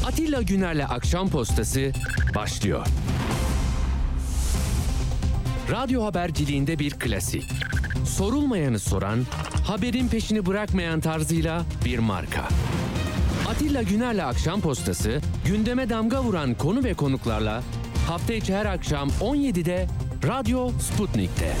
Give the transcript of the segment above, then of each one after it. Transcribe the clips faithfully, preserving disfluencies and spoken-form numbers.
Atilla Güner'le Akşam Postası başlıyor. Radyo haberciliğinde bir klasik. Sorulmayanı soran, haberin peşini bırakmayan tarzıyla bir marka. Atilla Güner'le Akşam Postası, gündeme damga vuran konu ve konuklarla hafta içi her akşam on yedide Radyo Sputnik'te.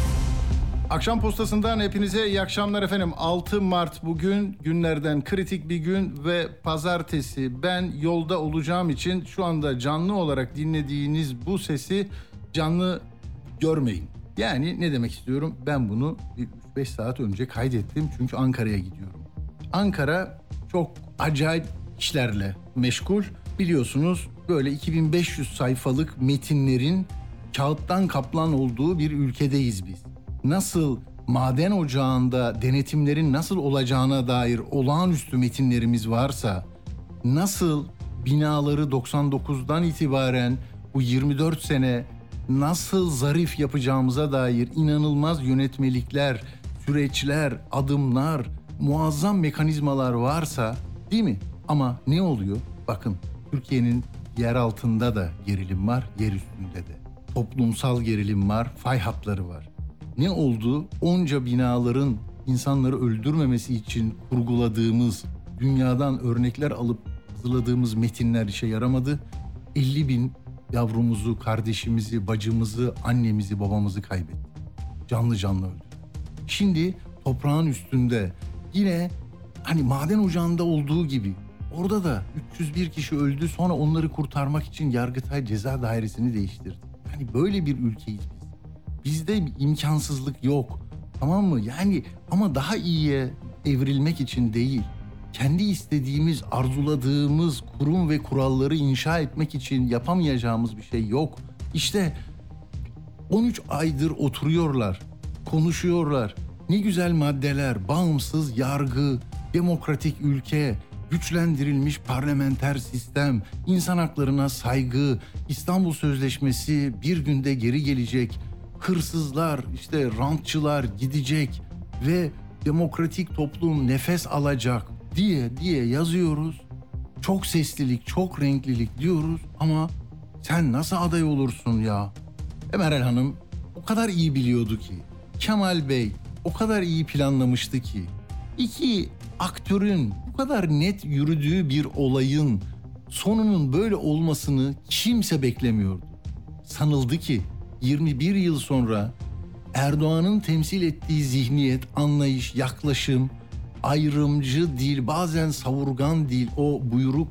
Akşam Postası'ndan hepinize iyi akşamlar efendim. altı Mart bugün, günlerden kritik bir gün ve pazartesi. Ben yolda olacağım için şu anda canlı olarak dinlediğiniz bu sesi canlı görmeyin. Yani ne demek istiyorum? Ben bunu üç beş saat önce kaydettim çünkü Ankara'ya gidiyorum. Ankara çok acayip işlerle meşgul. Biliyorsunuz böyle iki bin beş yüz sayfalık metinlerin kağıttan kaplan olduğu bir ülkedeyiz biz. Nasıl maden ocağında denetimlerin nasıl olacağına dair olağanüstü metinlerimiz varsa, nasıl binaları doksan dokuzdan itibaren bu yirmi dört sene nasıl zarif yapacağımıza dair inanılmaz yönetmelikler, süreçler, adımlar, muazzam mekanizmalar varsa, değil mi? Ama ne oluyor? Bakın, Türkiye'nin yer altında da gerilim var, yer üstünde de. Toplumsal gerilim var, fay hatları var. Ne oldu? Onca binaların insanları öldürmemesi için kurguladığımız, dünyadan örnekler alıp hazırladığımız metinler işe yaramadı. elli bin yavrumuzu, kardeşimizi, bacımızı, annemizi, babamızı kaybettik. Canlı canlı öldü. Şimdi toprağın üstünde yine hani maden ocağında olduğu gibi orada da üç yüz bir kişi öldü, sonra onları kurtarmak için Yargıtay Ceza Dairesi'ni değiştirdi. Yani böyle bir ülkeyiz biz. Bizde imkansızlık yok. Tamam mı? Yani ama daha iyiye evrilmek için değil, kendi istediğimiz, arzuladığımız kurum ve kuralları inşa etmek için yapamayacağımız bir şey yok. İşte on üç aydır oturuyorlar, konuşuyorlar. Ne güzel maddeler, bağımsız yargı, demokratik ülke, güçlendirilmiş parlamenter sistem, insan haklarına saygı, İstanbul Sözleşmesi bir günde geri gelecek, hırsızlar, işte rantçılar gidecek ve demokratik toplum nefes alacak diye diye yazıyoruz. Çok seslilik, çok renklilik diyoruz ama sen nasıl aday olursun ya? E Meral Hanım o kadar iyi biliyordu ki, Kemal Bey o kadar iyi planlamıştı ki, iki aktörün bu kadar net yürüdüğü bir olayın sonunun böyle olmasını kimse beklemiyordu. Sanıldı ki yirmi bir yıl sonra Erdoğan'ın temsil ettiği zihniyet, anlayış, yaklaşım, ayrımcı dil, bazen savurgan dil, o buyruk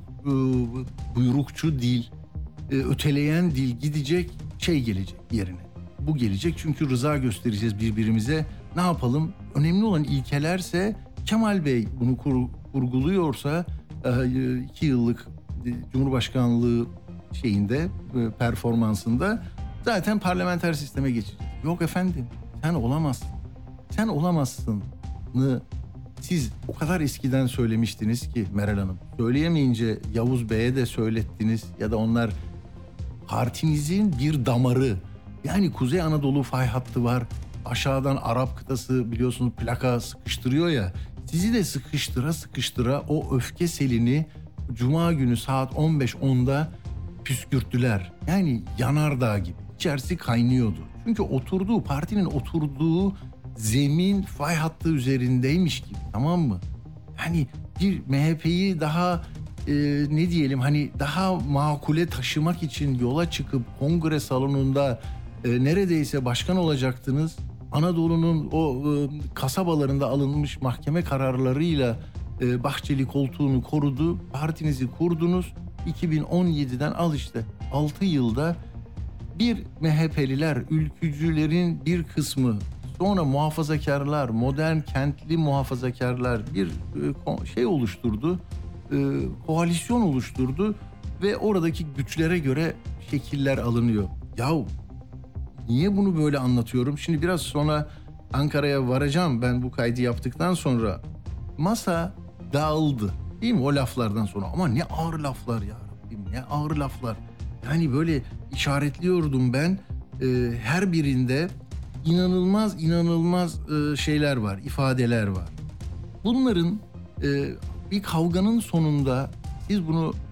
buyrukçu dil, öteleyen dil gidecek, şey gelecek yerine. Bu gelecek çünkü rıza göstereceğiz birbirimize. Ne yapalım? Önemli olan ilkelerse, Kemal Bey bunu kur, kurguluyorsa iki yıllık Cumhurbaşkanlığı şeyinde, performansında zaten parlamenter sisteme geçeceğiz. Yok efendim, sen olamazsın. Sen olamazsın'ı siz o kadar eskiden söylemiştiniz ki Meral Hanım. Söyleyemeyince Yavuz Bey'e de söylettiniz ya da onlar partinizin bir damarı. Yani Kuzey Anadolu fay hattı var. Aşağıdan Arap kıtası biliyorsunuz plaka sıkıştırıyor ya. Sizi de sıkıştıra sıkıştıra o öfke selini Cuma günü saat on beş onda püskürttüler. Yani yanardağ gibi. İçerisi kaynıyordu. Çünkü oturduğu, partinin oturduğu zemin fay hattı üzerindeymiş gibi, tamam mı? Yani bir M H P'yi daha e, ne diyelim hani daha makule taşımak için yola çıkıp kongre salonunda e, neredeyse başkan olacaktınız. Anadolu'nun o e, kasabalarında alınmış mahkeme kararlarıyla e, Bahçeli koltuğunu korudu. Partinizi kurdunuz. iki bin on yediden al işte altı yılda bir M H P'liler, ülkücülerin bir kısmı, sonra muhafazakarlar, modern kentli muhafazakarlar bir e, şey oluşturdu, e, koalisyon oluşturdu ve oradaki güçlere göre şekiller alınıyor. Yahu niye bunu böyle anlatıyorum? Şimdi biraz sonra Ankara'ya varacağım ben bu kaydı yaptıktan sonra. Masa dağıldı değil mi o laflardan sonra? Ama ne ağır laflar ya Rabbim, ne ağır laflar. Yani böyle işaretliyordum ben, e, her birinde inanılmaz inanılmaz e, şeyler var, ifadeler var. Bunların e, bir kavganın sonunda siz bunu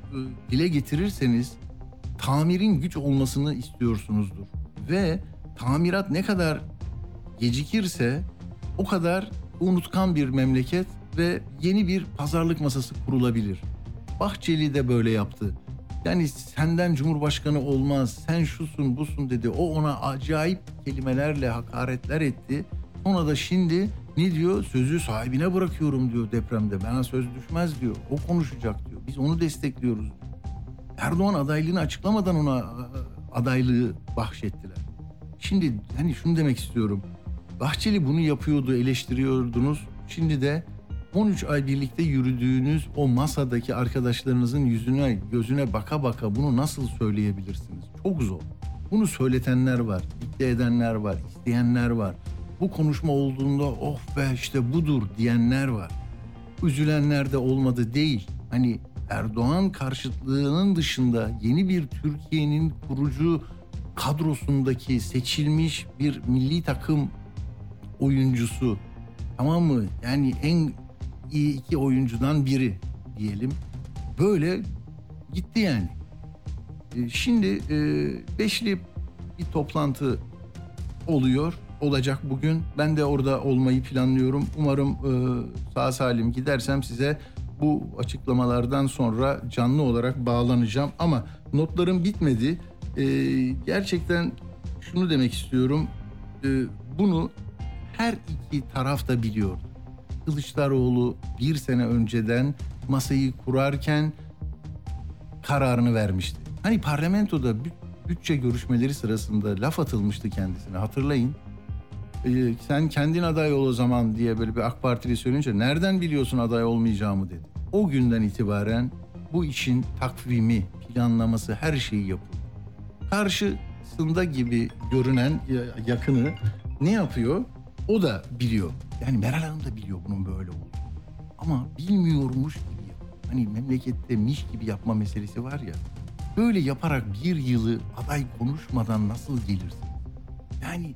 e, dile getirirseniz tamirin güç olmasını istiyorsunuzdur. Ve tamirat ne kadar gecikirse o kadar unutkan bir memleket ve yeni bir pazarlık masası kurulabilir. Bahçeli de böyle yaptı. Yani senden Cumhurbaşkanı olmaz, sen şusun busun dedi. O ona acayip kelimelerle hakaretler etti. Sonra da şimdi ne diyor? Sözü sahibine bırakıyorum diyor depremde. Bana söz düşmez diyor. O konuşacak diyor. Biz onu destekliyoruz diyor. Erdoğan adaylığını açıklamadan ona adaylığı bahşettiler. Şimdi hani şunu demek istiyorum. Bahçeli bunu yapıyordu, eleştiriyordunuz. Şimdi de on üç ay birlikte yürüdüğünüz o masadaki arkadaşlarınızın yüzüne, gözüne baka baka bunu nasıl söyleyebilirsiniz? Çok zor. Bunu söyletenler var, iddia edenler var, isteyenler var. Bu konuşma olduğunda oh be işte budur diyenler var. Üzülenler de olmadı değil. Hani Erdoğan karşıtlığının dışında yeni bir Türkiye'nin kurucu kadrosundaki seçilmiş bir milli takım oyuncusu, tamam mı? Yani en iyi iki oyuncudan biri diyelim. Böyle gitti yani. E, şimdi e, beşli bir toplantı oluyor. Olacak bugün. Ben de orada olmayı planlıyorum. Umarım e, sağ salim gidersem size bu açıklamalardan sonra canlı olarak bağlanacağım. Ama notlarım bitmedi. E, gerçekten şunu demek istiyorum. E, bunu her iki taraf da biliyordu. Kılıçdaroğlu bir sene önceden masayı kurarken kararını vermişti. Hani parlamentoda bütçe görüşmeleri sırasında laf atılmıştı kendisine, hatırlayın. Ee, sen kendin aday ol o zaman diye böyle bir AK Partili söyleyince nereden biliyorsun aday olmayacağımı dedi. O günden itibaren bu işin takvimi, planlaması, her şeyi yapıldı. Karşısında gibi görünen yakını ne yapıyor? O da biliyor. Yani Meral Hanım da biliyor bunun böyle olduğunu. Ama bilmiyormuş gibi yapıyor. Hani memlekette miş gibi yapma meselesi var ya. Böyle yaparak bir yılı aday konuşmadan nasıl gelirsin? Yani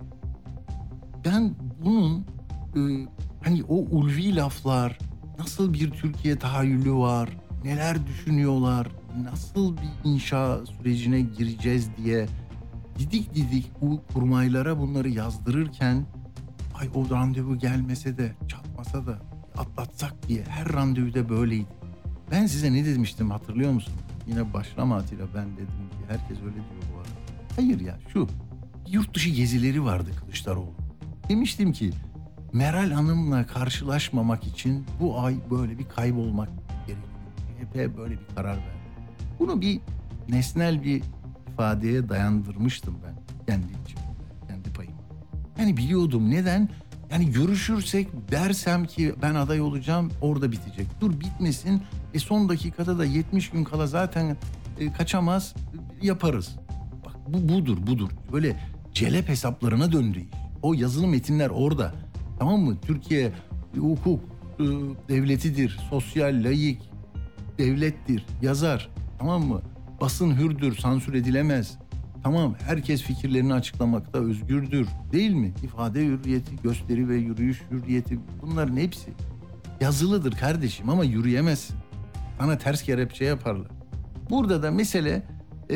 ben bunun e, hani o ulvi laflar, nasıl bir Türkiye tahayyülü var, neler düşünüyorlar, nasıl bir inşa sürecine gireceğiz diye didik didik bu kurmaylara bunları yazdırırken ay o randevu gelmese de çatmasa da atlatsak diye her randevuda böyleydi. Ben size ne demiştim hatırlıyor musun? Yine başlama Atilla, ben dedim ki herkes öyle diyor bu arada. Hayır ya şu yurt dışı gezileri vardı Kılıçdaroğlu. Demiştim ki Meral Hanım'la karşılaşmamak için bu ay böyle bir kaybolmak gerekiyor. C H P böyle bir karar verdi. Bunu bir nesnel bir ifadeye dayandırmıştım ben kendi içim, kendi payıma. Yani biliyordum neden? Yani görüşürsek dersem ki ben aday olacağım orada bitecek. Dur bitmesin. E son dakikada da yetmiş gün kala zaten e, kaçamaz yaparız. Bak bu budur budur. Böyle celep hesaplarına döndü iş. O yazılı metinler orada. Tamam mı? Türkiye hukuk e, devletidir. Sosyal, laik devlettir. Yazar. Tamam mı? Basın hürdür. Sansür edilemez. Tamam, herkes fikirlerini açıklamakta özgürdür. Değil mi? İfade hürriyeti, gösteri ve yürüyüş hürriyeti, bunların hepsi yazılıdır kardeşim ama yürüyemezsin. Sana ters kelepçe yaparlar. Burada da mesele ee,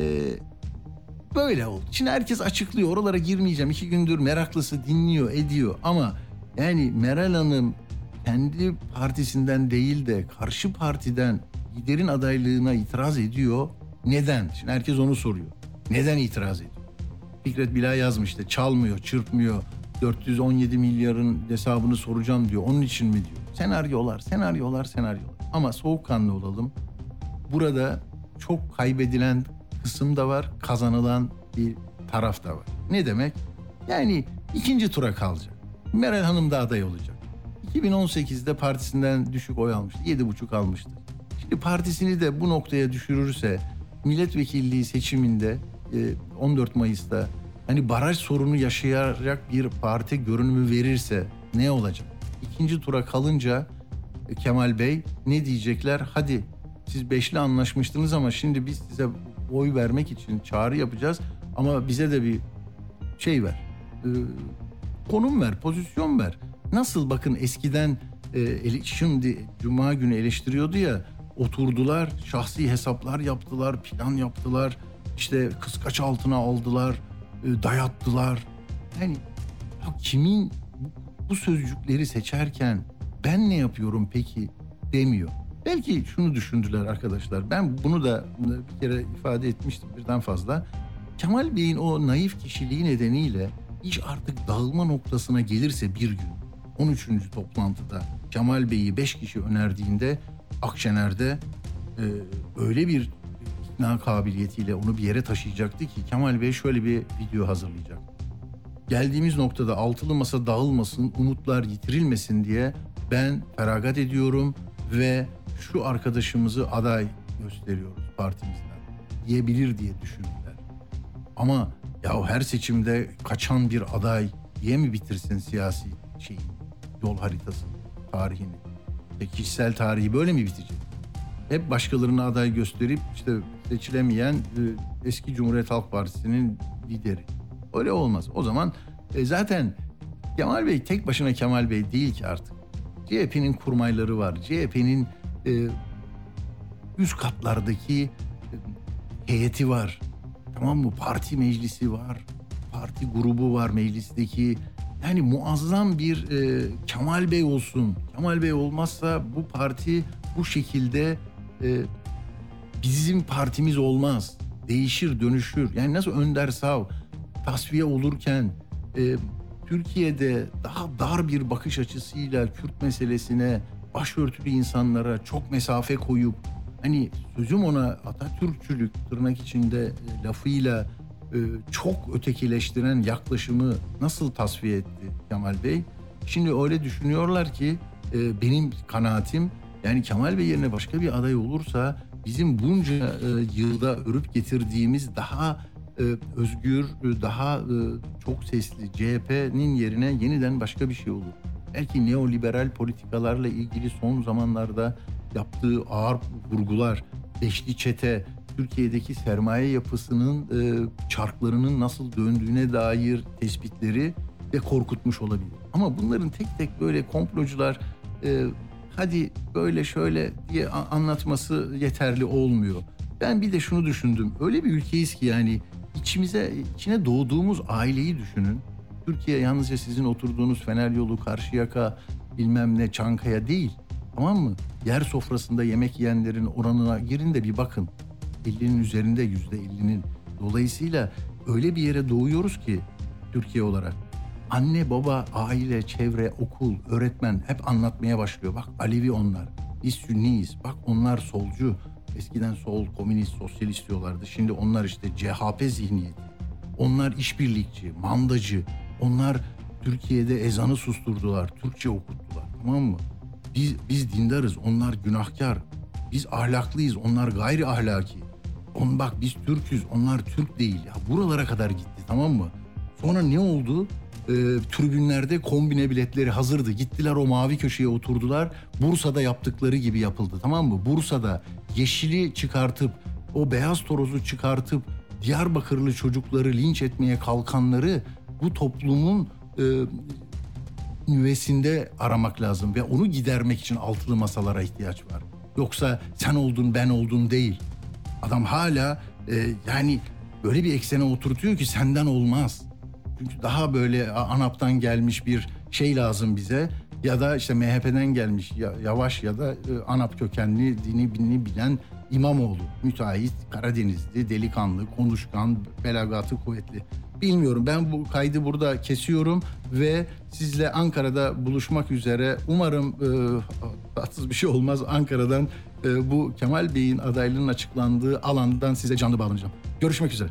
böyle oldu. Şimdi herkes açıklıyor. Oralara girmeyeceğim. İki gündür meraklısı dinliyor, ediyor. Ama yani Meral Hanım kendi partisinden değil de karşı partiden liderin adaylığına itiraz ediyor. Neden? Şimdi herkes onu soruyor. Neden itiraz ediyor? Fikret Bilay yazmıştı. Çalmıyor, çırpmıyor. dört yüz on yedi milyarın hesabını soracağım diyor. Onun için mi diyor? Senaryolar, senaryolar, senaryolar. Ama soğukkanlı olalım. Burada çok kaybedilen kısım da var, kazanılan bir taraf da var. Ne demek? Yani ikinci tura kalacak. Meral Hanım da aday olacak. iki bin on sekizde partisinden düşük oy almıştı. yedi buçuk almıştı. Şimdi partisini de bu noktaya düşürürse milletvekilliği seçiminde on dört Mayıs'ta hani baraj sorunu yaşayacak bir parti görünümü verirse ne olacak? İkinci tura kalınca Kemal Bey ne diyecekler? Hadi siz beşli anlaşmıştınız ama şimdi biz size oy vermek için çağrı yapacağız ama bize de bir şey ver. E, konum ver, pozisyon ver. Nasıl bakın eskiden e, şimdi Cuma günü eleştiriyordu ya oturdular, şahsi hesaplar yaptılar, plan yaptılar, işte kıskaç altına aldılar, e, dayattılar. Yani ya kimin bu, bu sözcükleri seçerken ben ne yapıyorum peki demiyor. Belki şunu düşündüler arkadaşlar. Ben bunu da bir kere ifade etmiştim birden fazla. Kemal Bey'in o naif kişiliği nedeniyle iş artık dağılma noktasına gelirse bir gün on üçüncü toplantıda Kemal Bey'i beş kişi önerdiğinde Akşener'de e, öyle bir ikna kabiliyetiyle onu bir yere taşıyacaktı ki Kemal Bey şöyle bir video hazırlayacak. Geldiğimiz noktada altılı masa dağılmasın, umutlar yitirilmesin diye ben feragat ediyorum ve şu arkadaşımızı aday gösteriyoruz partimizden diyebilir diye düşündüler. Ama ya her seçimde kaçan bir aday diye mi bitirsin siyasi şeyin, yol haritasını, tarihini? Ve kişisel tarihi böyle mi bitecek? Hep başkalarına aday gösterip işte seçilemeyen e, eski Cumhuriyet Halk Partisi'nin lideri. Öyle olmaz. O zaman e, zaten Kemal Bey tek başına Kemal Bey değil ki artık. C H P'nin kurmayları var. C H P'nin e, üst katlardaki e, heyeti var. Tamam mı? Parti meclisi var. Parti grubu var meclisteki. Yani muazzam bir e, Kemal Bey olsun. Kemal Bey olmazsa bu parti bu şekilde e, bizim partimiz olmaz. Değişir, dönüşür. Yani nasıl Önder Sav tasfiye olurken e, Türkiye'de daha dar bir bakış açısıyla Kürt meselesine, başörtülü insanlara çok mesafe koyup hani sözüm ona Atatürkçülük tırnak içinde e, lafıyla e, çok ötekileştiren yaklaşımı nasıl tasfiye etti Kemal Bey? Şimdi öyle düşünüyorlar ki e, benim kanaatim yani Kemal Bey yerine başka bir aday olursa bizim bunca e, yılda örüp getirdiğimiz daha e, özgür, daha e, çok sesli C H P'nin yerine yeniden başka bir şey olur. Belki neoliberal politikalarla ilgili son zamanlarda yaptığı ağır vurgular, beşli çete, Türkiye'deki sermaye yapısının e, çarklarının nasıl döndüğüne dair tespitleri de korkutmuş olabilir. Ama bunların tek tek böyle komplocular e, hadi böyle şöyle diye anlatması yeterli olmuyor. Ben bir de şunu düşündüm. Öyle bir ülkeyiz ki yani içimize, içine doğduğumuz aileyi düşünün. Türkiye yalnızca sizin oturduğunuz Feneryolu, Karşıyaka, bilmem ne, Çankaya değil. Tamam mı? Yer sofrasında yemek yiyenlerin oranına girin de bir bakın. ellinin üzerinde, yüzde ellinin. Dolayısıyla öyle bir yere doğuyoruz ki Türkiye olarak. Anne, baba, aile, çevre, okul, öğretmen hep anlatmaya başlıyor. Bak Alevi onlar, biz Sünniyiz. Bak onlar solcu. Eskiden sol, komünist, sosyalist diyorlardı. Şimdi onlar işte C H P zihniyeti. Onlar işbirlikçi, mandacı. Onlar Türkiye'de ezanı susturdular, Türkçe okuttular. Tamam mı? Biz, biz dindarız, onlar günahkar. Biz ahlaklıyız, onlar gayri ahlaki. On bak biz Türk'üz, onlar Türk değil. Ya buralara kadar gitti, tamam mı? Sonra ne oldu? Ee, tribünlerde kombine biletleri hazırdı. Gittiler o mavi köşeye oturdular. Bursa'da yaptıkları gibi yapıldı, tamam mı? Bursa'da yeşili çıkartıp, o beyaz torozu çıkartıp Diyarbakırlı çocukları linç etmeye kalkanları bu toplumun e, nüvesinde aramak lazım ve onu gidermek için altılı masalara ihtiyaç var. Yoksa sen oldun ben oldun değil. Adam hala e, yani böyle bir eksene oturtuyor ki senden olmaz. Çünkü daha böyle ANAP'tan gelmiş bir şey lazım bize ya da işte M H P'den gelmiş Yavaş ya da e, ANAP kökenli dini bilini bilen İmamoğlu. Müteahhit, Karadenizli, delikanlı, konuşkan, belagatı kuvvetli. Bilmiyorum, ben bu kaydı burada kesiyorum ve sizle Ankara'da buluşmak üzere. Umarım e, tatsız bir şey olmaz. Ankara'dan e, bu Kemal Bey'in adaylığının açıklandığı alandan size canlı bağlanacağım. Görüşmek üzere.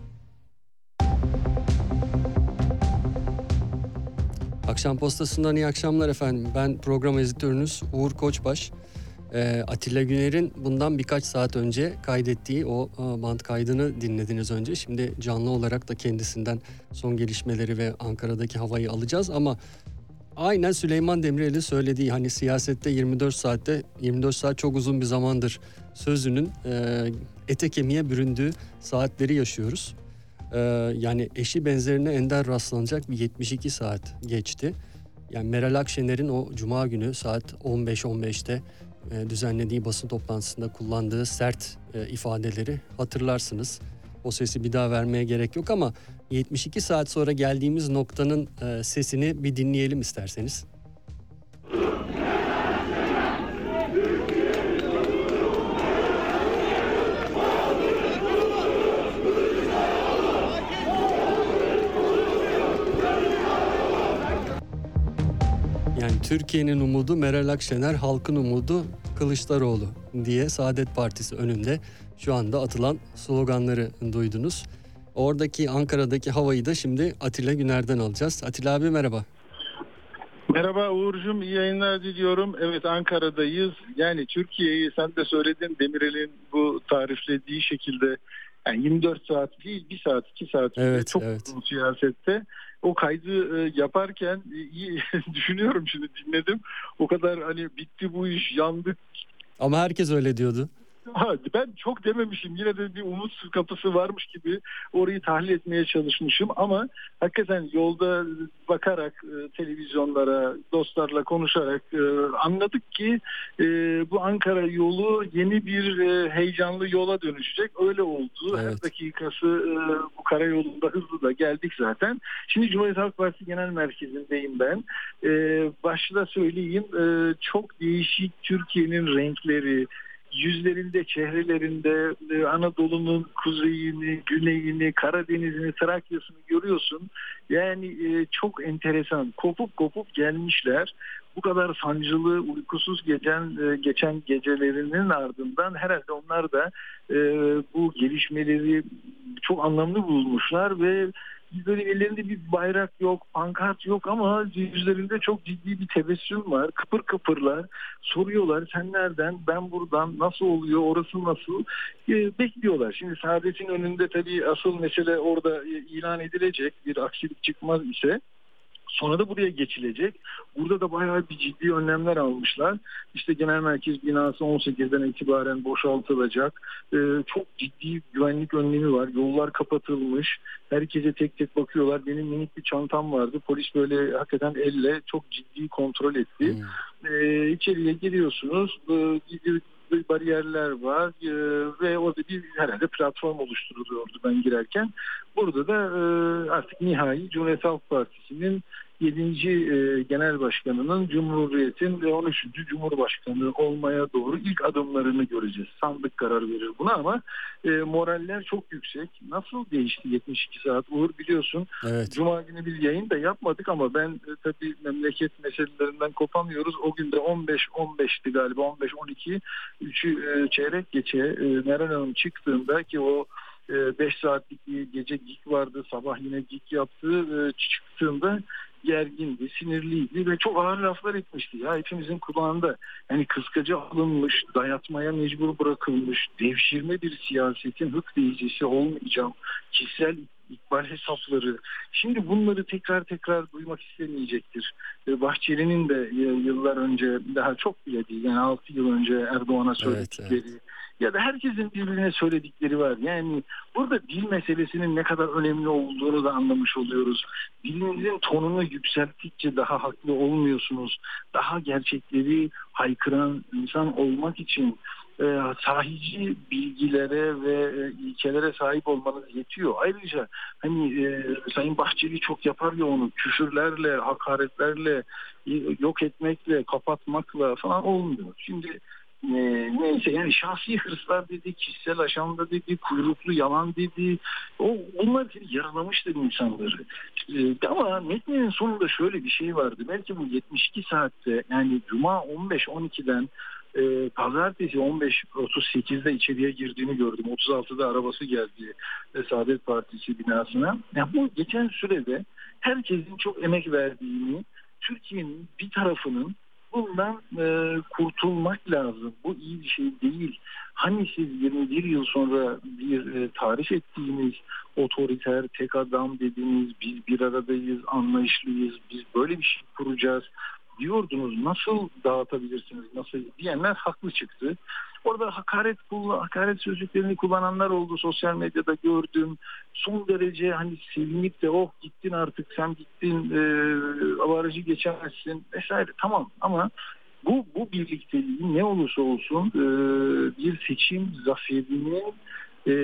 Akşam Postası'ndan iyi akşamlar efendim. Ben program editörünüz Uğur Koçbaş. Ee, Atilla Güner'in bundan birkaç saat önce kaydettiği o e, band kaydını dinlediniz önce. Şimdi canlı olarak da kendisinden son gelişmeleri ve Ankara'daki havayı alacağız. Ama aynen Süleyman Demirel'in söylediği, hani siyasette yirmi dört saatte yirmi dört saat çok uzun bir zamandır sözünün e, ete kemiğe büründüğü saatleri yaşıyoruz. E, yani eşi benzerine ender rastlanacak bir yetmiş iki saat geçti. Yani Meral Akşener'in o cuma günü saat on beş on beşte e, düzenlediği basın toplantısında kullandığı sert e, ifadeleri hatırlarsınız. O sesi bir daha vermeye gerek yok ama yetmiş iki saat sonra geldiğimiz noktanın e, sesini bir dinleyelim isterseniz. Yani Türkiye'nin umudu Meral Akşener, halkın umudu Kılıçdaroğlu diye Saadet Partisi önünde şu anda atılan sloganları duydunuz. Oradaki Ankara'daki havayı da şimdi Atilla Güner'den alacağız. Atilla abi merhaba. Merhaba Uğur'cum, iyi yayınlar diliyorum. Evet, Ankara'dayız. Yani Türkiye'yi sen de söyledin, Demirel'in bu tariflediği şekilde yani yirmi dört saat değil, bir saat iki saat Evet, çok evet. uzun siyasette. O kaydı e, yaparken e, iyi düşünüyorum, şimdi dinledim. O kadar hani bitti bu iş, yandık. Ama herkes öyle diyordu. Ha, ben çok dememişim, yine de bir umut kapısı varmış gibi orayı tahlil etmeye çalışmışım ama hakikaten yolda bakarak e, televizyonlara, dostlarla konuşarak e, anladık ki e, bu Ankara yolu yeni bir e, heyecanlı yola dönüşecek. Öyle oldu. Evet. Her dakikası e, bu karayolunda hızlı da geldik zaten. Şimdi Cumhuriyet Halk Partisi Genel Merkezi'ndeyim ben. E, başta söyleyeyim, e, çok değişik Türkiye'nin renkleri, yüzlerinde, çehrelerinde e, Anadolu'nun kuzeyini, güneyini, Karadeniz'ini, Trakya'sını görüyorsun. Yani e, çok enteresan. Kopup kopup gelmişler. Bu kadar sancılı, uykusuz geçen, e, geçen gecelerinin ardından herhalde onlar da e, bu gelişmeleri çok anlamlı bulmuşlar ve böyle ellerinde bir bayrak yok, pankart yok ama yüzlerinde çok ciddi bir tebessüm var. Kıpır kıpırlar, soruyorlar sen nereden, ben buradan, nasıl oluyor, orası nasıl, e, bekliyorlar. Şimdi Saadet'in önünde tabii asıl mesele orada ilan edilecek, bir aksilik çıkmaz ise sonra da buraya geçilecek. Burada da bayağı bir ciddi önlemler almışlar. İşte Genel Merkez binası on sekizden itibaren boşaltılacak. Ee, çok ciddi güvenlik önlemi var. Yollar kapatılmış. Herkese tek tek bakıyorlar. Benim minik bir çantam vardı. Polis böyle hakikaten elle çok ciddi kontrol etti. Hmm. Ee, içeriye giriyorsunuz. Ee, bariyerler var ee, ve orada bir herhalde platform oluşturuluyordu ben girerken. Burada da e, artık nihai Cumhuriyet Halk Partisi'nin yedinci E, Genel Başkanı'nın Cumhuriyet'in ve on üçüncü Cumhurbaşkanı olmaya doğru ilk adımlarını göreceğiz. Sandık karar verir buna ama e, moraller çok yüksek. Nasıl değişti yetmiş iki saat Uğur, biliyorsun. Evet. Cuma günü bir yayın da yapmadık ama ben e, tabii memleket meselelerinden kopamıyoruz. O gün de on beş on beşti galiba, on beş on iki üçü e, çeyrek geçe e, Meral Hanım çıktığında ki o beş saatlik bir gece gig vardı. Sabah yine gig yaptı. Çıktığında gergindi, sinirliydi ve çok ağır laflar etmişti. Ya hepimizin kulağında. Yani kıskaca alınmış, dayatmaya mecbur bırakılmış, devşirme bir siyasetin hık diyicisi olmayacağım. Kişisel ikbal hesapları. Şimdi bunları tekrar tekrar duymak istemeyecektir. Bahçeli'nin de yıllar önce, daha çok bile değil, yani altı yıl önce Erdoğan'a söyledikleri, evet, evet, ya da herkesin birbirine söyledikleri var. Yani burada dil meselesinin ne kadar önemli olduğunu da anlamış oluyoruz. Dilinizin tonunu yükselttikçe daha haklı olmuyorsunuz. Daha gerçekleri haykıran insan olmak için e, sahici bilgilere ve e, ilkelere sahip olmanız yetiyor. Ayrıca hani e, Sayın Bahçeli çok yapar ya onu, küfürlerle, hakaretlerle, e, yok etmekle, kapatmakla falan olmuyor. Şimdi Ee, neyse yani şahsi hırslar dedi, kişisel aşamda dedi, kuyruklu yalan dedi. O bunlar yaralamıştır insanları. Ee, ama metnin sonunda şöyle bir şey vardı. Belki bu yetmiş iki saatte, yani Cuma on beş on ikiden e, Pazartesi on beş otuz sekizde içeriye girdiğini gördüm. otuz altıda arabası geldi e, Saadet Partisi binasına. Yani bu geçen sürede herkesin çok emek verdiğini, Türkiye'nin bir tarafının bundan e, kurtulmak lazım. Bu iyi bir şey değil. Hani siz yirmi bir yıl sonra bir e, tarif ettiğiniz otoriter, tek adam dediğiniz, biz bir aradayız, anlayışlıyız, biz böyle bir şey kuracağız diyordunuz. Nasıl dağıtabilirsiniz, nasıl diyenler haklı çıktı. Orada hakaret hakaret sözcüklerini kullananlar oldu, sosyal medyada gördüm. Son derece hani sevinip de oh gittin artık, sen gittin, e, avarajı geçemezsin vesaire, tamam ama Bu, bu birlikteliğin ne olursa olsun e, bir seçim zaferinin e,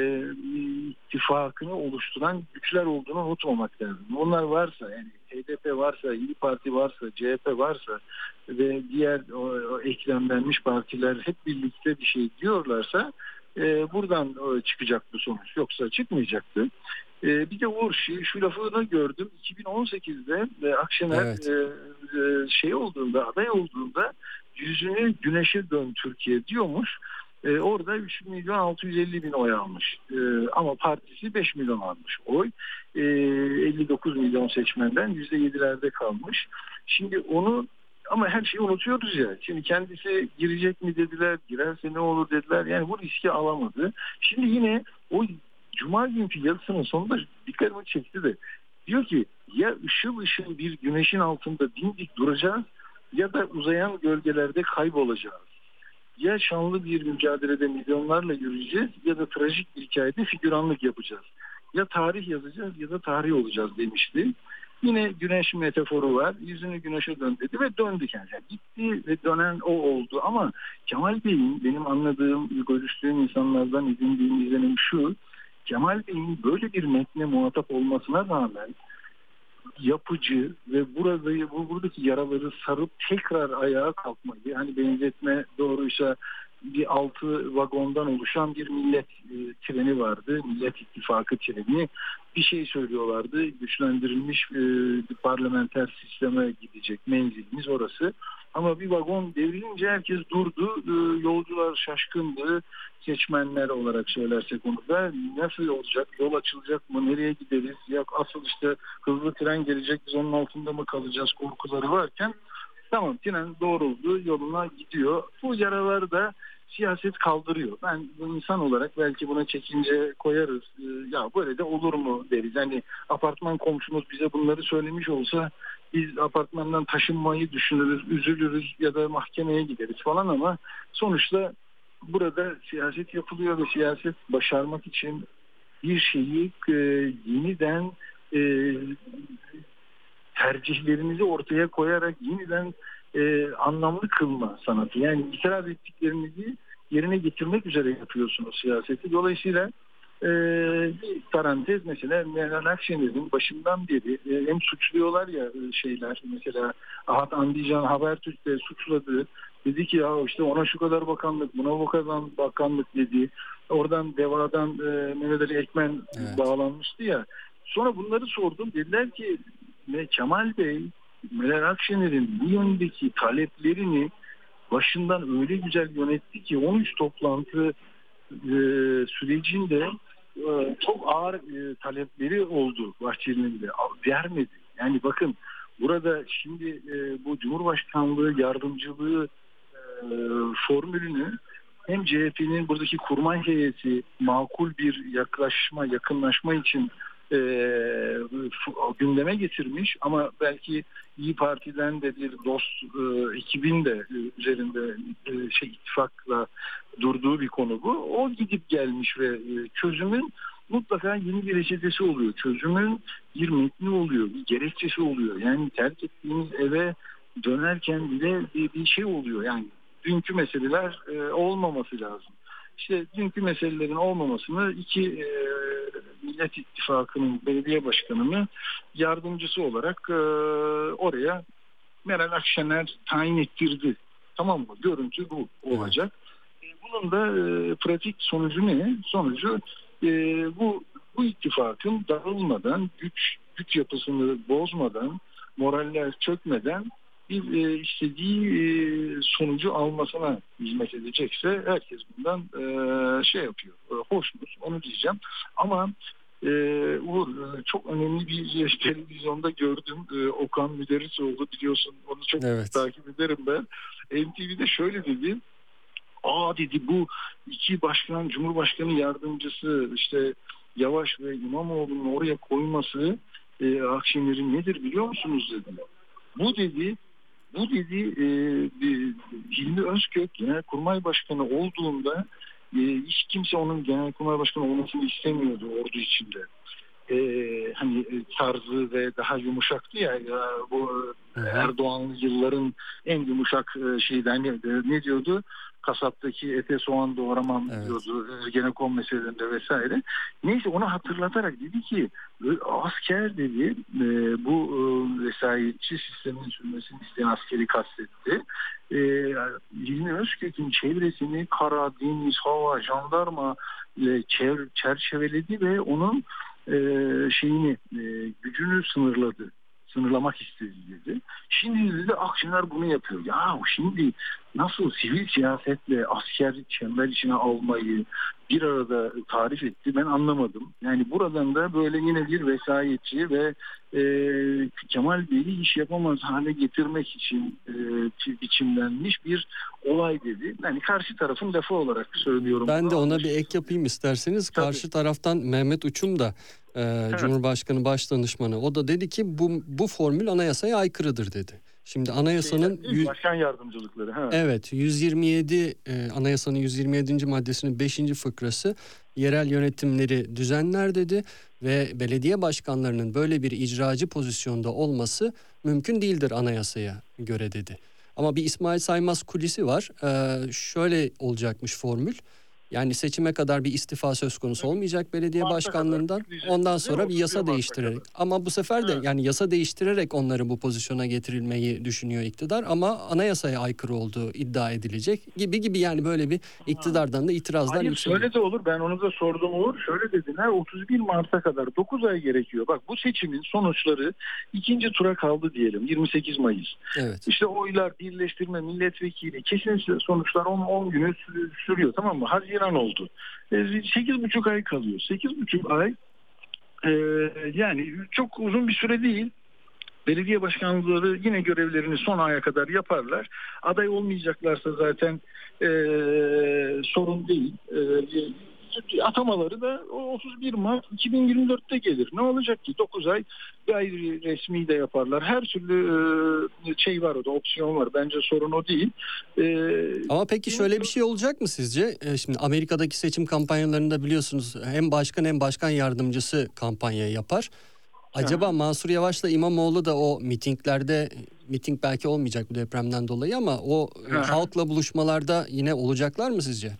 ittifakını oluşturan güçler olduğunu unutmamak lazım. Onlar varsa, yani H D P varsa, İYİ Parti varsa, C H P varsa ve diğer o, o eklemlenmiş partiler hep birlikte bir şey diyorlarsa e, buradan e, çıkacak bu sonuç. Yoksa çıkmayacaktı. E, bir de Uğur şu, şu lafını gördüm. iki bin on sekizde e, Akşener Evet. e, e, şey olduğunda, aday olduğunda yüzünü güneşe dön Türkiye diyormuş. E, orada üç milyon altı yüz elli bin oy almış. E, ama partisi beş milyon almış oy. E, elli dokuz milyon seçmenden yüzde yedilerde kalmış. Şimdi onu ama her şeyi unutuyoruz ya. Şimdi kendisi girecek mi dediler, girerse ne olur dediler. Yani bu riski alamadı. Şimdi yine o Cuma günkü yazısının sonunda dikkatimi çekti de diyor ki ya ışıl ışıl bir güneşin altında dimdik duracağız ya da uzayan gölgelerde kaybolacağız. Ya şanlı bir mücadelede milyonlarla yürüyeceğiz ya da trajik bir hikayede figüranlık yapacağız. Ya tarih yazacağız ya da tarih olacağız demişti. Yine güneş metaforu var. Yüzünü güneşe dön dedi ve döndü kendisi. Yani gitti ve dönen o oldu. Ama Kemal Bey'in benim anladığım, görüştüğüm insanlardan edindiğim izlenim şu. Kemal Bey'in böyle bir metne muhatap olmasına rağmen yapıcı ve burada bu buradaki yaraları sarıp tekrar ayağa kalkmayı, hani benzetme doğruysa bir altı vagondan oluşan bir millet e, treni vardı. Millet İttifakı treni. Bir şey söylüyorlardı. Güçlendirilmiş e, bir parlamenter sisteme gidecek menzilimiz orası. Ama bir vagon devrilince herkes durdu. E, yolcular şaşkındı. Seçmenler olarak söylersek onu da nasıl olacak? Yol açılacak mı? Nereye gideriz? Ya asıl işte hızlı tren gelecek. Biz onun altında mı kalacağız? Korkuları varken tamam tren doğruldu. Yoluna gidiyor. Bu yaraları da siyaset kaldırıyor. Ben bu insan olarak belki buna çekince koyarız. Ee, ya böyle de olur mu deriz. Hani apartman komşumuz bize bunları söylemiş olsa biz apartmandan taşınmayı düşünürüz, üzülürüz ya da mahkemeye gideriz falan ama sonuçta burada siyaset yapılıyor ve siyaset başarmak için bir şeyi e, yeniden e, tercihlerinizi ortaya koyarak yeniden e, anlamlı kılma sanatı. Yani itiraz ettiklerinizi yerine getirmek üzere yapıyorsunuz siyaseti. Dolayısıyla e, bir parantez mesela Meral Akşener'in başından beri e, hem suçluyorlar ya e, şeyler mesela Ahat Andijan Habertürk'te suçladı. Dedi ki ya işte ona şu kadar bakanlık, buna bu kadar bakanlık dedi. Oradan Deva'dan e, Mehmet Ali Ekmen Evet. bağlanmıştı ya. Sonra bunları sordum. Dediler ki ve Kemal Bey, Meral Akşener'in bu yöndeki taleplerini başından öyle güzel yönetti ki on üç toplantı e, sürecinde e, çok ağır e, talepleri oldu Bahçeli'nin de. Vermedi. Yani bakın burada şimdi e, bu Cumhurbaşkanlığı yardımcılığı e, formülünü hem C H P'nin buradaki kurmay heyeti makul bir yaklaşma, yakınlaşma için e, gündeme getirmiş ama belki İYİ Parti'den de bir dost e, ekibin de e, üzerinde e, şey ittifakla durduğu bir konu bu. O gidip gelmiş ve e, çözümün mutlaka yeni bir reçetesi oluyor. Çözümün bir metni oluyor, bir gerekçesi oluyor. Yani terk ettiğimiz eve dönerken bile bir, bir şey oluyor. Yani dünkü meseleler e, olmaması lazım. İşte dünkü meselelerin olmamasını iki e, Millet İttifakı'nın belediye başkanını yardımcısı olarak e, oraya Meral Akşener tayin ettirdi. Tamam mı? Görüntü bu olacak. Evet. Bunun da e, pratik sonucu ne? Sonucu e, bu bu ittifakın dağılmadan, güç güç yapısını bozmadan, moraller çökmeden bir e, istediği e, sonucu almasına hizmet edecekse herkes bundan e, şey yapıyor. E, hoşnut, onu diyeceğim. Ama e, Uğur e, çok önemli bir televizyonda gördüm. E, Okan Müderrisoğlu biliyorsun. Onu çok Evet. takip ederim ben. M T V'de şöyle dedi. Aa dedi bu iki başkan, Cumhurbaşkanı yardımcısı işte Yavaş ve İmamoğlu'nun oraya koyması e, Akşener'in nedir biliyor musunuz dedi. Bu dedi Bu dedi e, Hilmi Özkök Genelkurmay Başkanı olduğunda e, hiç kimse onun Genelkurmay Başkanı olmasını istemiyordu ordu içinde. e, hani tarzı ve daha yumuşaktı ya, ya bu Erdoğanlı yılların en yumuşak e, şeyden ne, ne diyordu? Kasaptaki ete soğan doğramam Evet. diyordu. Ergenekon meselelerinde vesaire. Neyse onu hatırlatarak dedi ki asker dedi e, bu e, vesayetçi sistemin sürmesini isteyen askeri kastetti. E, Hilmi Özkök'ün çevresini kara, deniz, hava, jandarma e, çev, çerçeveledi ve onun e, şeyini e, gücünü sınırladı. Sınırlamak istedi dedi. Şimdi dedi Akşener bunu yapıyor. Ya şimdi nasıl sivil siyasetle asker çember içine almayı bir arada tarif etti ben anlamadım. Yani buradan da böyle yine bir vesayetçi ve e, Kemal Bey'i iş yapamaz hale getirmek için e, biçimlenmiş bir olay dedi. Yani karşı tarafın lafı olarak söylüyorum. Ben de bunu. ona bir ek yapayım isterseniz. Tabii. Karşı taraftan Mehmet Uçum da e, Evet. Cumhurbaşkanı Başdanışmanı. O da dedi ki bu bu formül anayasaya aykırıdır dedi. Şimdi anayasanın Şeyler, değil mi? Başkan yardımcılıkları. Ha. evet yüz yirmi yedi e, anayasanın yüz yirmi yedinci maddesinin beşinci fıkrası yerel yönetimleri düzenler dedi ve belediye başkanlarının böyle bir icracı pozisyonda olması mümkün değildir anayasaya göre dedi. Ama bir İsmail Saymaz kulisi var. Ee, şöyle olacakmış formül. Yani seçime kadar bir istifa söz konusu olmayacak belediye Mart'a başkanlığından. kadar gidecek, Ondan değil sonra mi? bir yasa otuz bir Mart'a değiştirerek. kadar. Ama bu sefer de Evet. yani yasa değiştirerek onları bu pozisyona getirilmeyi düşünüyor iktidar. Ama anayasaya aykırı olduğu iddia edilecek gibi gibi yani böyle bir iktidardan da itirazlar Hayır yükseliyor. şöyle de olur, ben onu da sordum Uğur. Şöyle dediler, otuz bir Mart'a kadar dokuz ay gerekiyor. Bak bu seçimin sonuçları ikinci tura kaldı diyelim, yirmi sekiz Mayıs. Evet. İşte oylar, birleştirme, milletvekili, kesin sonuçlar on on günü sürüyor, tamam mı? Haziran oldu. sekiz buçuk ay kalıyor. sekiz buçuk ay e, yani çok uzun bir süre değil. Belediye başkanları yine görevlerini son aya kadar yaparlar. Aday olmayacaklarsa zaten e, sorun değil. E, atamaları da otuz bir Mart iki bin yirmi dörtte gelir. Ne olacak ki? dokuz ay gayri resmi de yaparlar. Her türlü e, şey var orada, opsiyon var. Bence sorun o değil. E, Ama peki şöyle bir şey olacak mı sizce? Ee, şimdi Amerika'daki seçim kampanyalarında biliyorsunuz hem başkan hem başkan yardımcısı kampanya yapar. Acaba Aha. Mansur Yavaş'la İmamoğlu da o mitinglerde, miting belki olmayacak bu depremden dolayı ama o e, Aha. halkla buluşmalarda yine olacaklar mı sizce?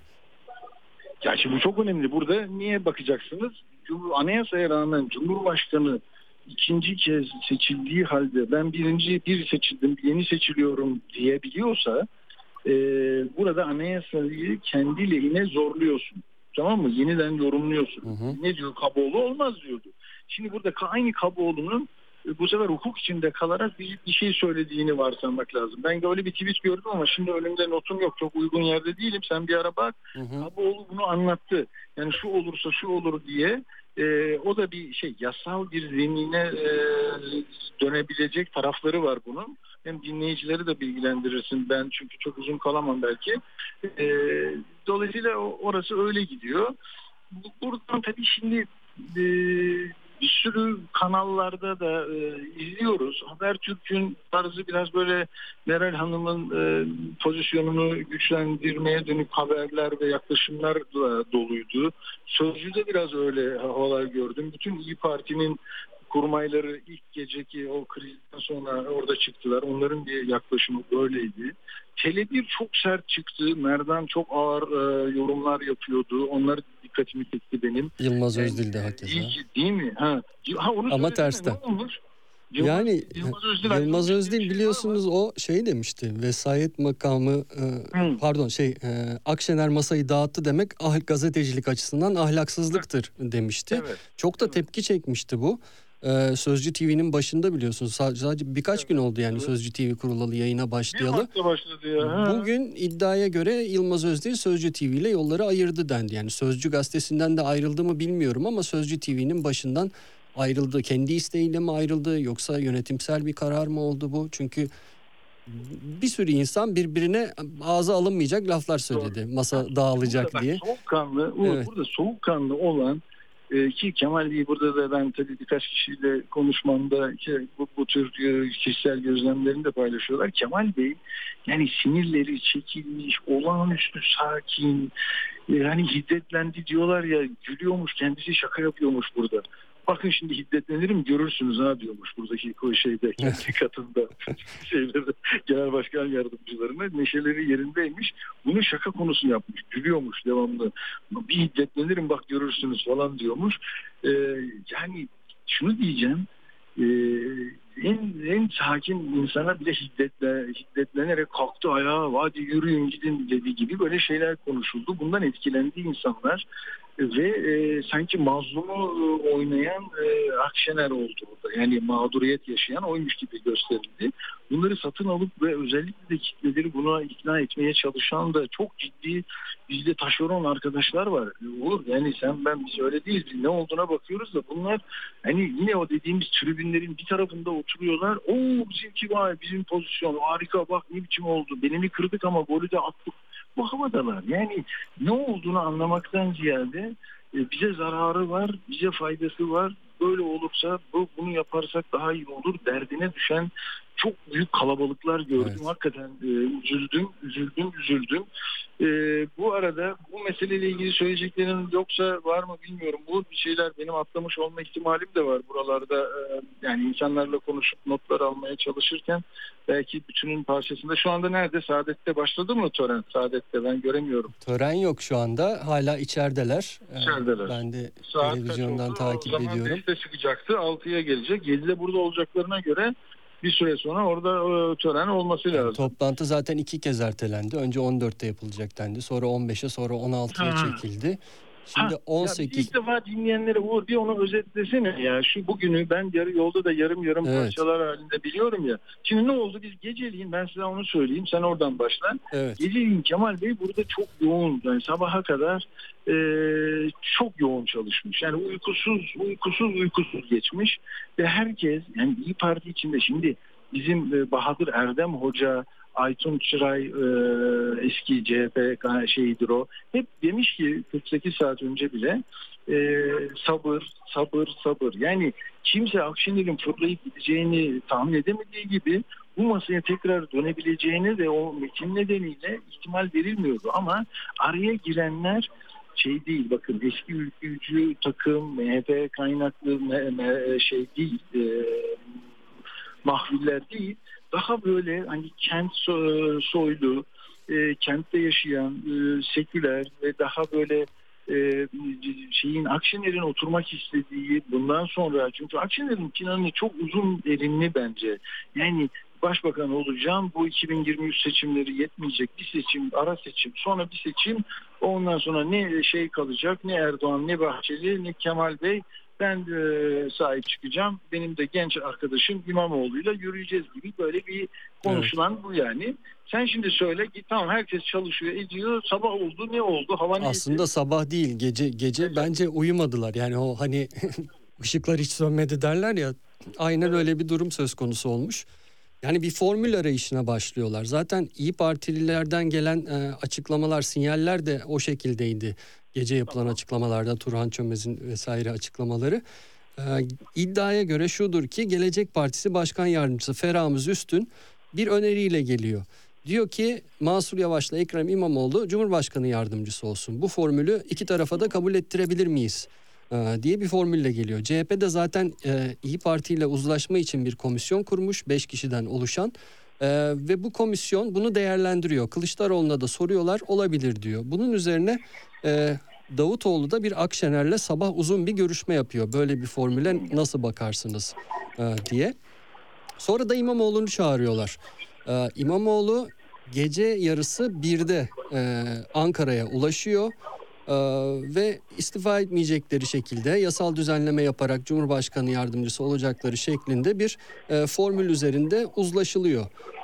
Ya şimdi bu çok önemli. Burada niye bakacaksınız? Cum- Anayasaya rağmen Cumhurbaşkanı ikinci kez seçildiği halde ben birinci bir seçildim, yeni seçiliyorum diyebiliyorsa e, burada anayasayı kendi lehine zorluyorsun. Tamam mı? Yeniden yorumluyorsun. Hı hı. Ne diyor? Kaboğlu olmaz diyordu. Şimdi burada aynı Kaboğlu'nun e, bu sefer hukuk içinde kalarak bir, bir şey söylediğini varsaymak lazım. Ben öyle bir tweet gördüm ama şimdi önümde notum yok. Çok uygun yerde değilim. Sen bir ara bak. Hı hı. Kaboğlu bunu anlattı. Yani şu olursa şu olur diye e, o da bir şey yasal bir zemine e, dönebilecek tarafları var bunun. Hem dinleyicileri de bilgilendirirsin. Ben çünkü çok uzun kalamam belki. E, dolayısıyla orası öyle gidiyor. Buradan tabii şimdi e, bir sürü kanallarda da e, izliyoruz. Habertürk'ün tarzı biraz böyle Meral Hanım'ın e, pozisyonunu güçlendirmeye dönük haberler ve yaklaşımlar da doluydu. Sözcü'de biraz öyle havalar gördüm. Bütün İYİ Parti'nin kurmayları ilk geceki o krizden sonra orada çıktılar. Onların bir yaklaşımı böyleydi. Tele bir çok sert çıktı. Merdan çok ağır e, yorumlar yapıyordu. Onlar dikkatimi çekti benim. Yılmaz Yani, Özdil de hakeza. İyi ki, değil mi? Ha, ha onu Ama söylesene, tersten. ne olmuş? Yılmaz, Yani Yılmaz Özdil, Yılmaz ayrılmış Özdil diye bir şey biliyorsunuz o şey demişti. Vesayet makamı e, Hı. pardon şey e, Akşener masayı dağıttı demek ah, gazetecilik açısından ahlaksızlıktır demişti. Evet. Çok da Evet. tepki çekmişti bu. E, Sözcü T V'nin başında biliyorsunuz sadece, sadece birkaç Evet, gün oldu yani evet. Sözcü T V kurulalı yayına Bir başlayalı. Mart'ta başladı ya. Ha. Bugün iddiaya göre Yılmaz Özdil Sözcü T V ile yolları ayırdı dendi. Yani Sözcü gazetesinden de ayrıldı mı bilmiyorum ama Sözcü T V'nin başından ayrıldı. Kendi isteğiyle mi ayrıldı yoksa yönetimsel bir karar mı oldu bu? Çünkü bir sürü insan birbirine ağza alınmayacak laflar söyledi. Masa dağılacak Burada diye. Bak, soğukkanlı, Uğur, Evet. burada soğukkanlı olan e, ki Kemal Bey burada da ben tabii birkaç kişiyle konuşmamda ki bu, bu tür e, kişisel gözlemlerini de paylaşıyorlar. Kemal Bey yani sinirleri çekilmiş, olağanüstü sakin, e, hani hiddetlendi diyorlar ya, gülüyormuş, kendisi şaka yapıyormuş burada. bakın şimdi hiddetlenirim görürsünüz ha diyormuş buradaki şeyde kendi katında şeyleri, genel başkan yardımcılarına neşeleri yerindeymiş. Bunu şaka konusu yapmış. Gülüyormuş devamlı. Bir hiddetlenirim bak görürsünüz falan diyormuş. Ee, yani şunu diyeceğim. Ee, en, en sakin insana bile hiddetle, hiddetlenerek kalktı ayağa hadi yürüyün gidin dediği gibi böyle şeyler konuşuldu. Bundan etkilendi insanlar ve e, sanki mazlumu e, oynayan e, Akşener oldu orada. Yani mağduriyet yaşayan oymuş gibi gösterildi. Bunları satın alıp ve özellikle de kitleleri buna ikna etmeye çalışan da çok ciddi bizde taşeron arkadaşlar var. Olur yani sen ben biz öyle değiliz. Biz ne olduğuna bakıyoruz da bunlar hani yine o dediğimiz tribünlerin bir tarafında oturuyorlar. Oo bizimki var bizim pozisyon harika bak ne biçim oldu. Benimi kırdık ama golü de attık. Bu havadalar. Yani ne olduğunu anlamaktan ziyade e, bize zararı var, bize faydası var. Böyle olursa bu bunu yaparsak daha iyi olur derdine düşen çok büyük kalabalıklar gördüm. Evet. Hakikaten e, üzüldüm, üzüldüm, üzüldüm. E, bu arada bu meseleyle ilgili söyleyeceklerin yoksa var mı bilmiyorum. Bu bir şeyler benim atlamış olma ihtimalim de var buralarda. E, yani insanlarla konuşup notlar almaya çalışırken belki bütünün parçasında. Şu anda nerede? Saadet'te başladı mı tören? Saadet'te ben göremiyorum. Tören yok şu anda. Hala içerideler. İçerideler. Ben de Saat televizyondan kaç oldu? takip O zaman ediyorum. beşte çıkacaktı. altıya gelecek. yedide burada olacaklarına göre bir süre sonra orada e, tören olması lazım. Yani toplantı zaten iki kez ertelendi. Önce on dörtte yapılacak dendi. Sonra on beşe sonra on altıya Ha. çekildi. Şimdi Ha, on ya sekiz... ilk defa dinleyenlere Uğur bir onu özetlesene ya. Şu bugünü ben yarı yolda da yarım yarım Evet. parçalar halinde biliyorum ya. Şimdi ne oldu? Biz geceliğin ben size onu söyleyeyim. Sen oradan başla. Evet. Geceliğin Kemal Bey burada çok yoğun. Yani sabaha kadar e, çok yoğun çalışmış. Yani uykusuz, uykusuz, uykusuz geçmiş. Ve herkes yani İYİ Parti içinde şimdi bizim e, Bahadır Erdem Hoca, Aytun Çıray e, eski C H P şeyidir o. Hep demiş ki kırk sekiz saat önce bile e, sabır, sabır, sabır. Yani kimse Akşener'in fırlayıp gideceğini tahmin edemediği gibi bu masaya tekrar dönebileceğini de o metin nedeniyle ihtimal verilmiyordu. Ama araya girenler şey değil bakın eski ülkücü takım M H P kaynaklı me, me, şey değil e, mahviller değil. Daha böyle hani kent soylu, e, kentte yaşayan, e, seküler ve daha böyle e, şeyin Akşener'in oturmak istediği bundan sonra çünkü Akşener'in planı çok uzun erinli bence. Yani başbakan olacağım bu iki bin yirmi üç seçimleri yetmeyecek bir seçim ara seçim sonra bir seçim ondan sonra ne şey kalacak ne Erdoğan ne Bahçeli ne Kemal Bey ben e, sahip çıkacağım. Benim de genç arkadaşım İmamoğlu'yla yürüyeceğiz gibi böyle bir konuşulan evet. Bu yani. Sen şimdi söyle git tamam herkes çalışıyor ediyor. Sabah oldu ne oldu? Hava neydi? Aslında sabah değil gece gece evet. Bence uyumadılar. Yani o hani ışıklar hiç sönmedi derler ya. Aynen evet. Öyle bir durum söz konusu olmuş. Yani bir formül arayışına başlıyorlar. Zaten İYİ Partililerden gelen e, açıklamalar, sinyaller de o şekildeydi. Gece yapılan tamam. Açıklamalarda Turhan Çömez'in vesaire açıklamaları. E, iddiaya göre şudur ki Gelecek Partisi Başkan Yardımcısı Ferhamız Üstün bir öneriyle geliyor. Diyor ki Mansur Yavaş'la Ekrem İmamoğlu Cumhurbaşkanı Yardımcısı olsun. Bu formülü iki tarafa da kabul ettirebilir miyiz? diye bir formülle geliyor. C H P de zaten e, İYİ Parti ile uzlaşma için bir komisyon kurmuş. Beş kişiden oluşan. E, ve bu komisyon bunu değerlendiriyor. Kılıçdaroğlu'na da soruyorlar. Olabilir diyor. Bunun üzerine e, Davutoğlu da bir Akşener'le sabah uzun bir görüşme yapıyor. Böyle bir formüle nasıl bakarsınız e, diye. Sonra da İmamoğlu'nu çağırıyorlar. E, İmamoğlu gece yarısı birde e, Ankara'ya ulaşıyor. Ee, ve istifa etmeyecekleri şekilde yasal düzenleme yaparak Cumhurbaşkanı yardımcısı olacakları şeklinde bir e, formül üzerinde uzlaşılıyor.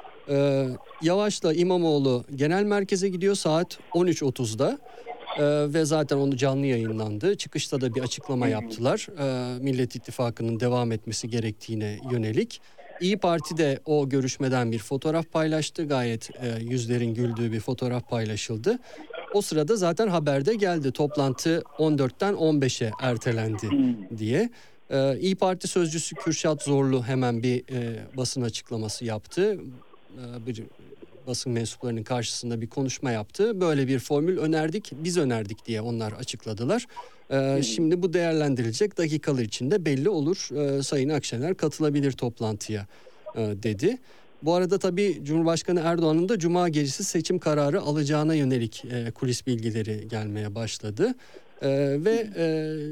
Ee, Yavaş'la İmamoğlu genel merkeze gidiyor saat on üç otuzda ee, ve zaten onu canlı yayınlandı. Çıkışta da bir açıklama yaptılar. Ee, Millet İttifakı'nın devam etmesi gerektiğine yönelik. İYİ Parti de o görüşmeden bir fotoğraf paylaştı. Gayet e, yüzlerin güldüğü bir fotoğraf paylaşıldı. O sırada zaten haberde geldi. Toplantı on dörtten on beşe ertelendi diye. Ee, İYİ Parti sözcüsü Kürşat Zorlu hemen bir e, basın açıklaması yaptı. Ee, bir basın mensuplarının karşısında bir konuşma yaptı. Böyle bir formül önerdik, biz önerdik diye onlar açıkladılar. Ee, şimdi bu değerlendirilecek, dakikalar içinde belli olur. Ee, Sayın Akşener katılabilir toplantıya e, dedi. Bu arada tabii Cumhurbaşkanı Erdoğan'ın da Cuma gecesi seçim kararı alacağına yönelik e, kulis bilgileri gelmeye başladı. E, ve e,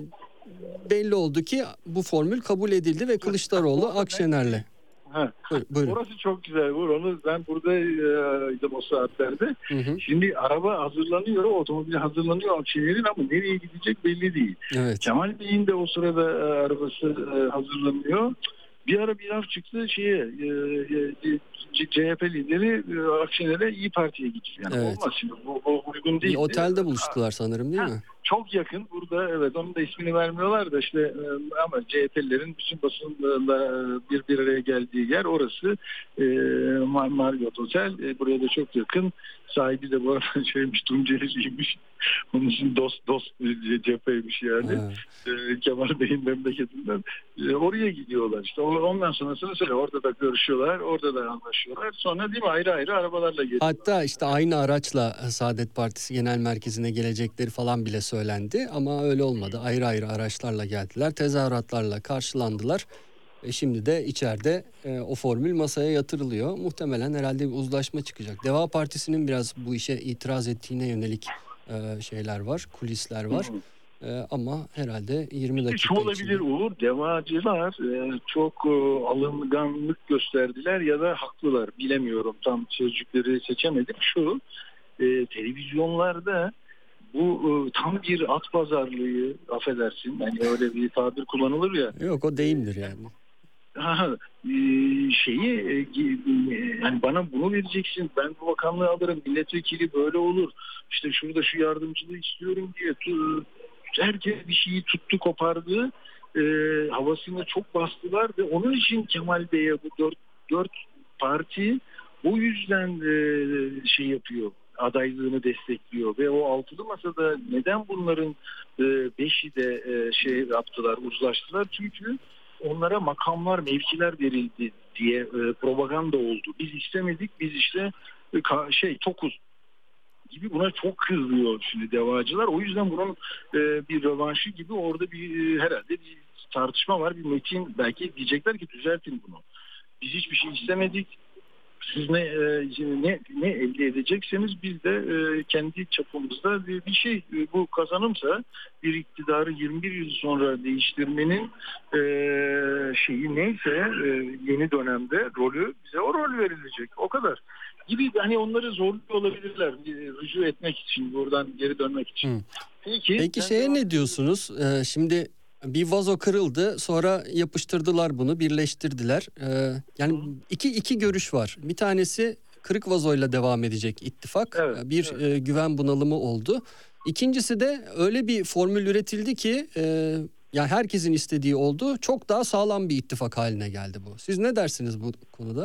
belli oldu ki bu formül kabul edildi ve Kılıçdaroğlu Akşener'le. Ha. Buyur, buyurun. Orası çok güzel. Vur onu. Ben buradaydım o saatlerde. Hı hı. Şimdi araba hazırlanıyor, otomobil hazırlanıyor Akşener'in ama nereye gidecek belli değil. Evet. Kemal Bey'in de o sırada e, arabası e, hazırlanıyor. Bir ara bir laf çıktı şeye e, e, C H P lideri e, Akşener'e İyi Parti'ye gitti. Yani Evet. olmaz şimdi. Bu, bu uygun değil. Bir otelde buluştular sanırım, değil mi? Çok yakın burada, evet, onun da ismini vermiyorlar da işte e, ama C H P'lilerin bütün basınla bir bir araya geldiği yer orası. E, Marriott Otel. E, buraya da çok yakın. Sahibi de bu arada şeymiş, Tunceliliymiş. Onun için dost dost cepheymiş yani. E, Kemal Bey'in memleketinden. E, oraya gidiyorlar işte. Ondan sonrasını söyle. Orada da görüşüyorlar. Orada da anlaşıyorlar. Sonra değil mi ayrı ayrı arabalarla geliyorlar. Hatta işte aynı araçla Saadet Partisi Genel Merkezi'ne gelecekleri falan bile söylendi. Ama öyle olmadı. Ayrı ayrı araçlarla geldiler. Tezahüratlarla karşılandılar. E şimdi de içeride e, o formül masaya yatırılıyor. Muhtemelen herhalde bir uzlaşma çıkacak. Deva Partisi'nin biraz bu işe itiraz ettiğine yönelik e, şeyler var, kulisler var. E, ama herhalde yirmi dakika Şu olabilir içinde... Uğur, devacılar e, çok e, alınganlık gösterdiler ya da haklılar. Bilemiyorum, tam sözcükleri seçemedim. Şu, e, televizyonlarda bu e, tam bir at pazarlığı, affedersin. Yani öyle bir tabir kullanılır ya. Yok, o deyimdir yani. Ha, e, şeyi e, yani bana bunu vereceksin, ben bu bakanlığı alırım, milletvekili böyle olur, işte şurada şu yardımcılığı istiyorum diye tu, herkes bir şeyi tuttu kopardı, e, havasını çok bastılar ve onun için Kemal Bey'e bu dört, dört parti o yüzden e, şey yapıyor, adaylığını destekliyor ve o altılı masada neden bunların e, beşi de e, şey yaptılar, uzlaştılar, çünkü onlara makamlar, mevkiler verildi diye e, propaganda oldu. Biz istemedik, biz işte e, ka, şey tokuz gibi, buna çok kızıyor şimdi devacılar. O yüzden bunun e, bir rövanşı gibi orada bir e, herhalde bir tartışma var, bir metin. Belki diyecekler ki düzeltin bunu. Biz hiçbir şey istemedik. Siz ne e, ne ne elde edecekseniz biz de e, kendi çapımızda bir, bir şey e, bu kazanımsa bir iktidarı yirmi bir yıl sonra değiştirmenin e, şeyi neyse e, yeni dönemde rolü bize o rol verilecek. O kadar. Gibi hani onları zorluyor olabilirler e, rücu etmek için, buradan geri dönmek için. Hı. Peki, Peki şeye devam... ne diyorsunuz? Ee, şimdi bir vazo kırıldı, sonra yapıştırdılar bunu, birleştirdiler. Ee, yani Hı. iki iki görüş var. Bir tanesi kırık vazoyla devam edecek ittifak. Evet, bir evet. E, güven bunalımı oldu. İkincisi de öyle bir formül üretildi ki e, yani herkesin istediği oldu. Çok daha sağlam bir ittifak haline geldi bu. Siz ne dersiniz bu konuda?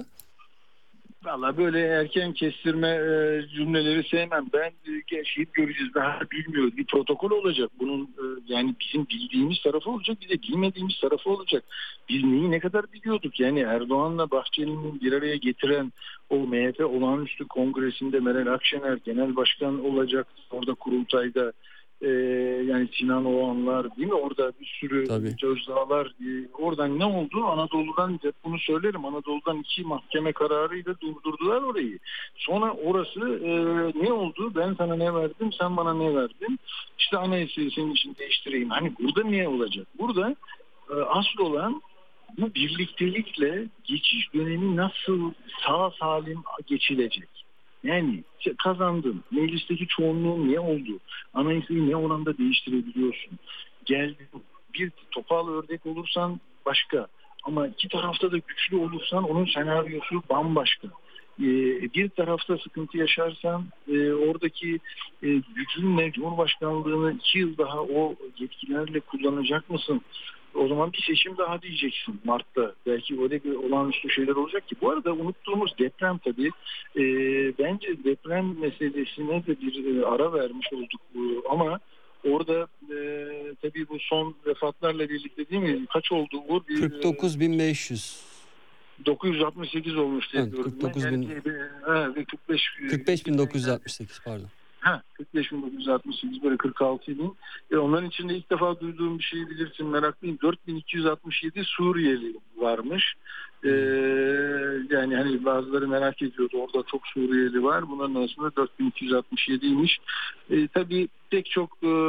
Valla böyle erken kestirme e, cümleleri sevmem. Ben e, şey göreceğiz, daha bilmiyoruz. Bir protokol olacak. Bunun e, yani bizim bildiğimiz tarafı olacak, bir de bilmediğimiz tarafı olacak. Biz neyi ne kadar biliyorduk? Yani Erdoğan'la Bahçeli'nin bir araya getiren o M H P olağanüstü kongresinde Meral Akşener genel başkan olacak. Orada kurultayda Ee, yani Sinan Oğanlar, değil mi? Orada bir sürü Özdağlar. E, oradan ne oldu? Anadolu'dan, hep bunu söylerim, Anadolu'dan iki mahkeme kararıyla durdurdular orayı. Sonra orası e, ne oldu? Ben sana ne verdim, sen bana ne verdin? İşte anayasayı senin için değiştireyim. Hani burada ne olacak? Burada e, asıl olan bu birliktelikle geçiş dönemi nasıl sağ salim geçilecek? Yani kazandın. Meclisteki çoğunluğun ne oldu? Anayasayı ne oranda değiştirebiliyorsun? Geldin. Bir topal ördek olursan başka. Ama iki tarafta da güçlü olursan onun senaryosu bambaşka. Ee, bir tarafta sıkıntı yaşarsan e, oradaki e, gücünle Cumhurbaşkanlığını iki yıl daha o yetkilerle kullanacak mısın? O zaman bir seçim daha diyeceksin Mart'ta. Belki öyle bir olağanüstü şeyler olacak ki. Bu arada unuttuğumuz deprem tabii. E, bence deprem meselesine de bir e, ara vermiş olduk. Bu. Ama orada e, tabii bu son vefatlarla birlikte değil mi? Kaç oldu bu? Bir, kırk dokuz bin beş yüz. dokuz yüz altmış sekiz olmuş diye Evet, gördüm. kırk dokuz bin, Yani, evet, kırk beş kırk beş bin dokuz yüz altmış sekiz pardon. Ha, kırk beş bin dokuz yüz altmış sekiz böyle kırk altı bin. E, onların içinde ilk defa duyduğum bir şey bilirsin, meraklıyım. dört bin iki yüz altmış yedi Suriyeli varmış. Ee, yani hani bazıları merak ediyordu, orada çok Suriyeli var. Bunların arasında dört bin iki yüz altmış yediymiş. E, tabii pek çok e,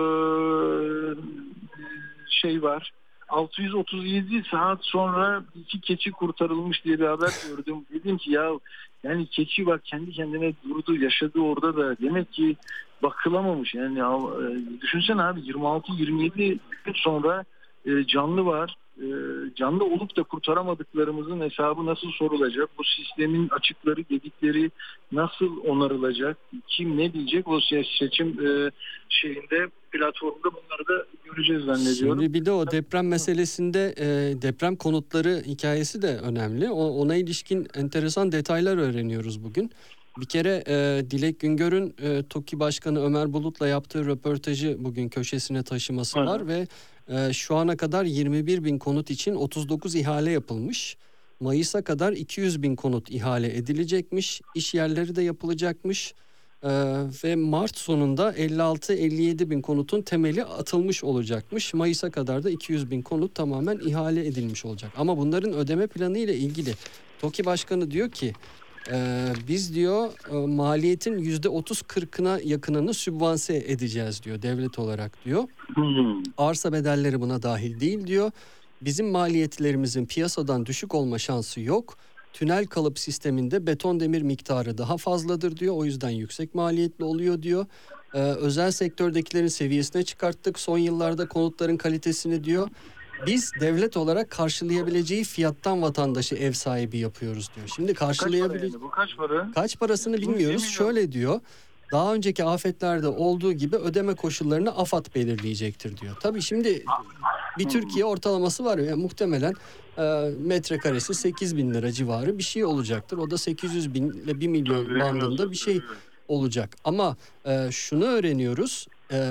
şey var. altı yüz otuz yedi saat sonra iki keçi kurtarılmış diye bir haber gördüm. Dedim ki ya yani keçi bak kendi kendine durdu, yaşadı orada da. Demek ki bakılamamış. Yani e, düşünsene abi, yirmi altı yirmi yedi gün sonra e, canlı var. E, canlı olup da kurtaramadıklarımızın hesabı nasıl sorulacak? Bu sistemin açıkları, gedikleri nasıl onarılacak? Kim ne diyecek? O seçim e, şeyinde, platformda bunları da göreceğiz zannediyorum. Şimdi bir de o deprem meselesinde e, deprem konutları hikayesi de önemli. O, ona ilişkin enteresan detaylar öğreniyoruz bugün. Bir kere e, Dilek Güngör'ün e, TOKİ Başkanı Ömer Bulut'la yaptığı röportajı bugün köşesine taşıması Aynen. var ve e, şu ana kadar yirmi bir bin konut için otuz dokuz ihale yapılmış. Mayıs'a kadar iki yüz bin konut ihale edilecekmiş. İş yerleri de yapılacakmış. Ee, ve Mart sonunda elli altı elli yedi bin konutun temeli atılmış olacakmış. Mayıs'a kadar da iki yüz bin konut tamamen ihale edilmiş olacak. Ama bunların ödeme planı ile ilgili TOKİ Başkanı diyor ki e, biz diyor e, maliyetin yüzde otuz kırkına yakınını sübvanse edeceğiz diyor devlet olarak diyor. Hmm. Arsa bedelleri buna dahil değil diyor. Bizim maliyetlerimizin piyasadan düşük olma şansı yok. Tünel kalıp sisteminde beton demir miktarı daha fazladır diyor. O yüzden yüksek maliyetli oluyor diyor. Ee, özel sektördekilerin seviyesine çıkarttık son yıllarda konutların kalitesini diyor. Biz devlet olarak karşılayabileceği fiyattan vatandaşı ev sahibi yapıyoruz diyor. Şimdi karşılayabileceği... Yani bu kaç para? Kaç parasını bilmiyoruz. Şöyle diyor. Daha önceki afetlerde olduğu gibi ödeme koşullarını AFAD belirleyecektir diyor. Tabii şimdi bir Türkiye ortalaması var ya, muhtemelen e, metrekaresi sekiz bin lira civarı bir şey olacaktır. O da sekiz yüz bin ile bir milyon bandında bir şey olacak. Ama e, şunu öğreniyoruz. E,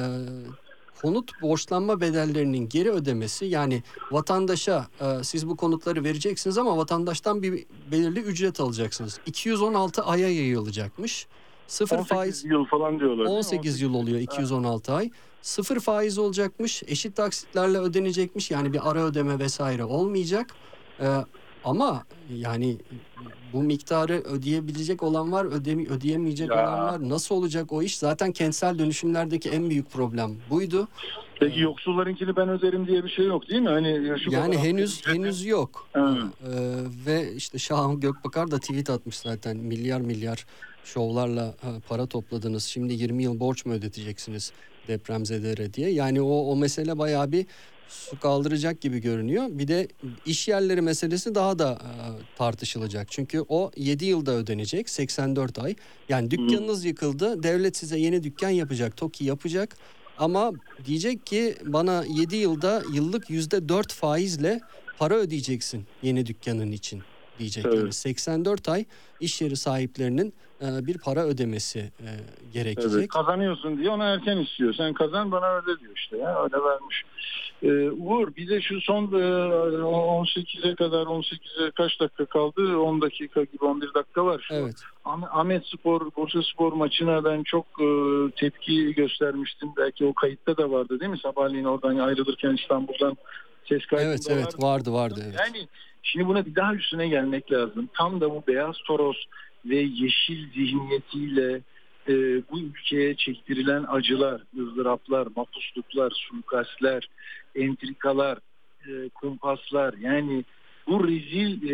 konut borçlanma bedellerinin geri ödemesi, yani vatandaşa e, siz bu konutları vereceksiniz ama vatandaştan bir belirli ücret alacaksınız. iki yüz on altı aya yayılacakmış. Sıfır faiz yıl falan diyorlar. on sekiz yıl oluyor iki yüz on altı ay. Sıfır faiz olacakmış. Eşit taksitlerle ödenecekmiş. Yani bir ara ödeme vesaire olmayacak. Ee, ama yani bu miktarı ödeyebilecek olan var, ödeme, ödeyemeyecek Ya. olan var. Nasıl olacak o iş? Zaten kentsel dönüşümlerdeki en büyük problem buydu. Peki yoksullarınkini ben öderim diye bir şey yok değil mi? Hani şu Yani kadar henüz ücreti- henüz yok. Ha. Ee, ve işte Şahan Gökbakar da tweet atmış zaten, milyar milyar şovlarla ha, para topladınız. Şimdi yirmi yıl borç mu ödeteceksiniz depremzedelere diye. Yani o o mesele bayağı bir su kaldıracak gibi görünüyor. Bir de iş yerleri meselesi daha da e, tartışılacak. Çünkü o yedi yılda ödenecek, seksen dört ay. Yani dükkanınız yıkıldı, devlet size yeni dükkan yapacak, TOKİ yapacak. Ama diyecek ki bana yedi yılda yıllık yüzde dört faizle para ödeyeceksin yeni dükkanın için diyecek. Evet. Yani seksen dört ay iş yeri sahiplerinin e, bir para ödemesi e, gerekecek. Evet, kazanıyorsun diye ona erken istiyor. Sen kazan bana öde diyor işte ya, öyle vermiş. Ee, Uğur bir de şu son e, on sekize kadar, on sekize kaç dakika kaldı? on dakika gibi, on bir dakika var. Şu Evet. Ahmet Spor, Bursa Spor maçına ben çok e, tepki göstermiştim. Belki o kayıtta da vardı değil mi? Sabahleyin oradan ayrılırken İstanbul'dan ses kaydında Evet evet vardı vardı. Evet. Yani şimdi buna bir daha üstüne gelmek lazım. Tam da bu beyaz toros ve yeşil zihniyetiyle e, bu ülkeye çektirilen acılar, ızdıraplar, mapusluklar, suikastler, entrikalar, e, kumpaslar, yani bu rezil e,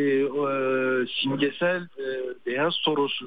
e, simgesel e, beyaz torosu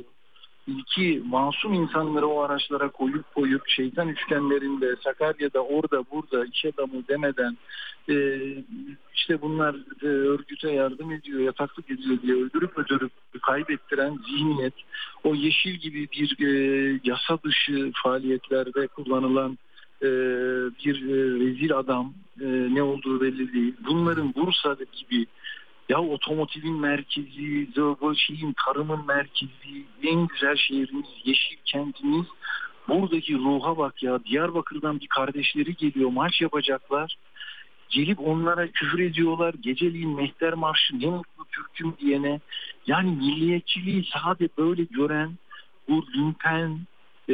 iki masum insanları o araçlara koyup koyup şeytan üçgenlerinde Sakarya'da orada burada iş adamı demeden e, işte bunlar e, örgüte yardım ediyor, yataklık ediyor diye öldürüp öldürüp kaybettiren zihniyet, o yeşil gibi bir e, yasa dışı faaliyetlerde kullanılan e, bir e, rezil adam, e, ne olduğu belli değil. Bunların Bursa'da gibi ya otomotivin merkezi, şeyin, tarımın merkezi, en güzel şehrimiz, yeşil kentimiz. Buradaki ruha bak ya. Diyarbakır'dan bir kardeşleri geliyor, maç yapacaklar. Gelip onlara küfür ediyorlar. Geceliğin Mehter Marşı ne mutlu Türk'üm diyene. Yani milliyetçiliği sade böyle gören bu lümpen e,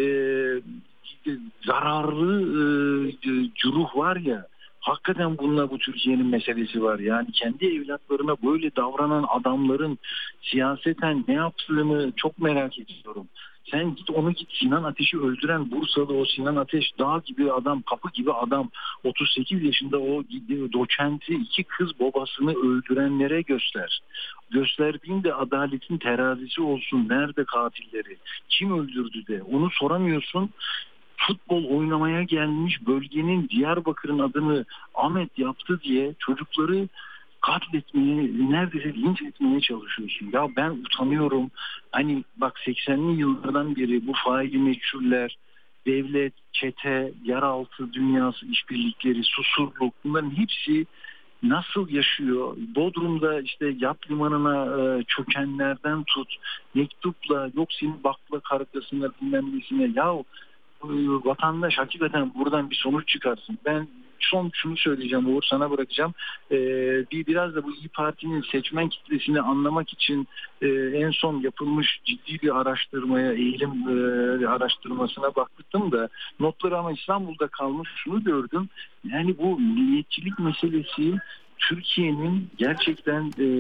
zararlı e, güruh var ya, hakikaten bununla bu Türkiye'nin meselesi var. Yani kendi evlatlarına böyle davranan adamların siyaseten ne yaptığını çok merak ediyorum. Sen git onu git Sinan Ateş'i öldüren Bursalı o Sinan Ateş dağ gibi adam, kapı gibi adam, otuz sekiz yaşında o doçenti iki kız babasını öldürenlere göster. Gösterdiğinde adaletin terazisi olsun. Nerede katilleri? Kim öldürdü de? Onu soramıyorsun. Futbol oynamaya gelmiş bölgenin Diyarbakır'ın adını Ahmet yaptı diye çocukları katletmeye, neredeyse linç etmeye çalışıyorsun. Ya ben utanıyorum. Hani bak seksenli yıllardan beri bu faili meçhuller, devlet, çete, yeraltı dünyası işbirlikleri, susurluk, bunların hepsi nasıl yaşıyor? Bodrum'da işte yat limanına e, çökenlerden tut, mektupla, yok senin bakla kargasına bilmem nesine. Ya vatandaş hakikaten buradan bir sonuç çıkarsın. Ben son şunu söyleyeceğim Uğur, sana bırakacağım. Ee, bir biraz da bu İYİ Parti'nin seçmen kitlesini anlamak için e, en son yapılmış ciddi bir araştırmaya, eğilim e, araştırmasına baktım da notları ama İstanbul'da kalmış, şunu gördüm. Yani bu milliyetçilik meselesi Türkiye'nin gerçekten e,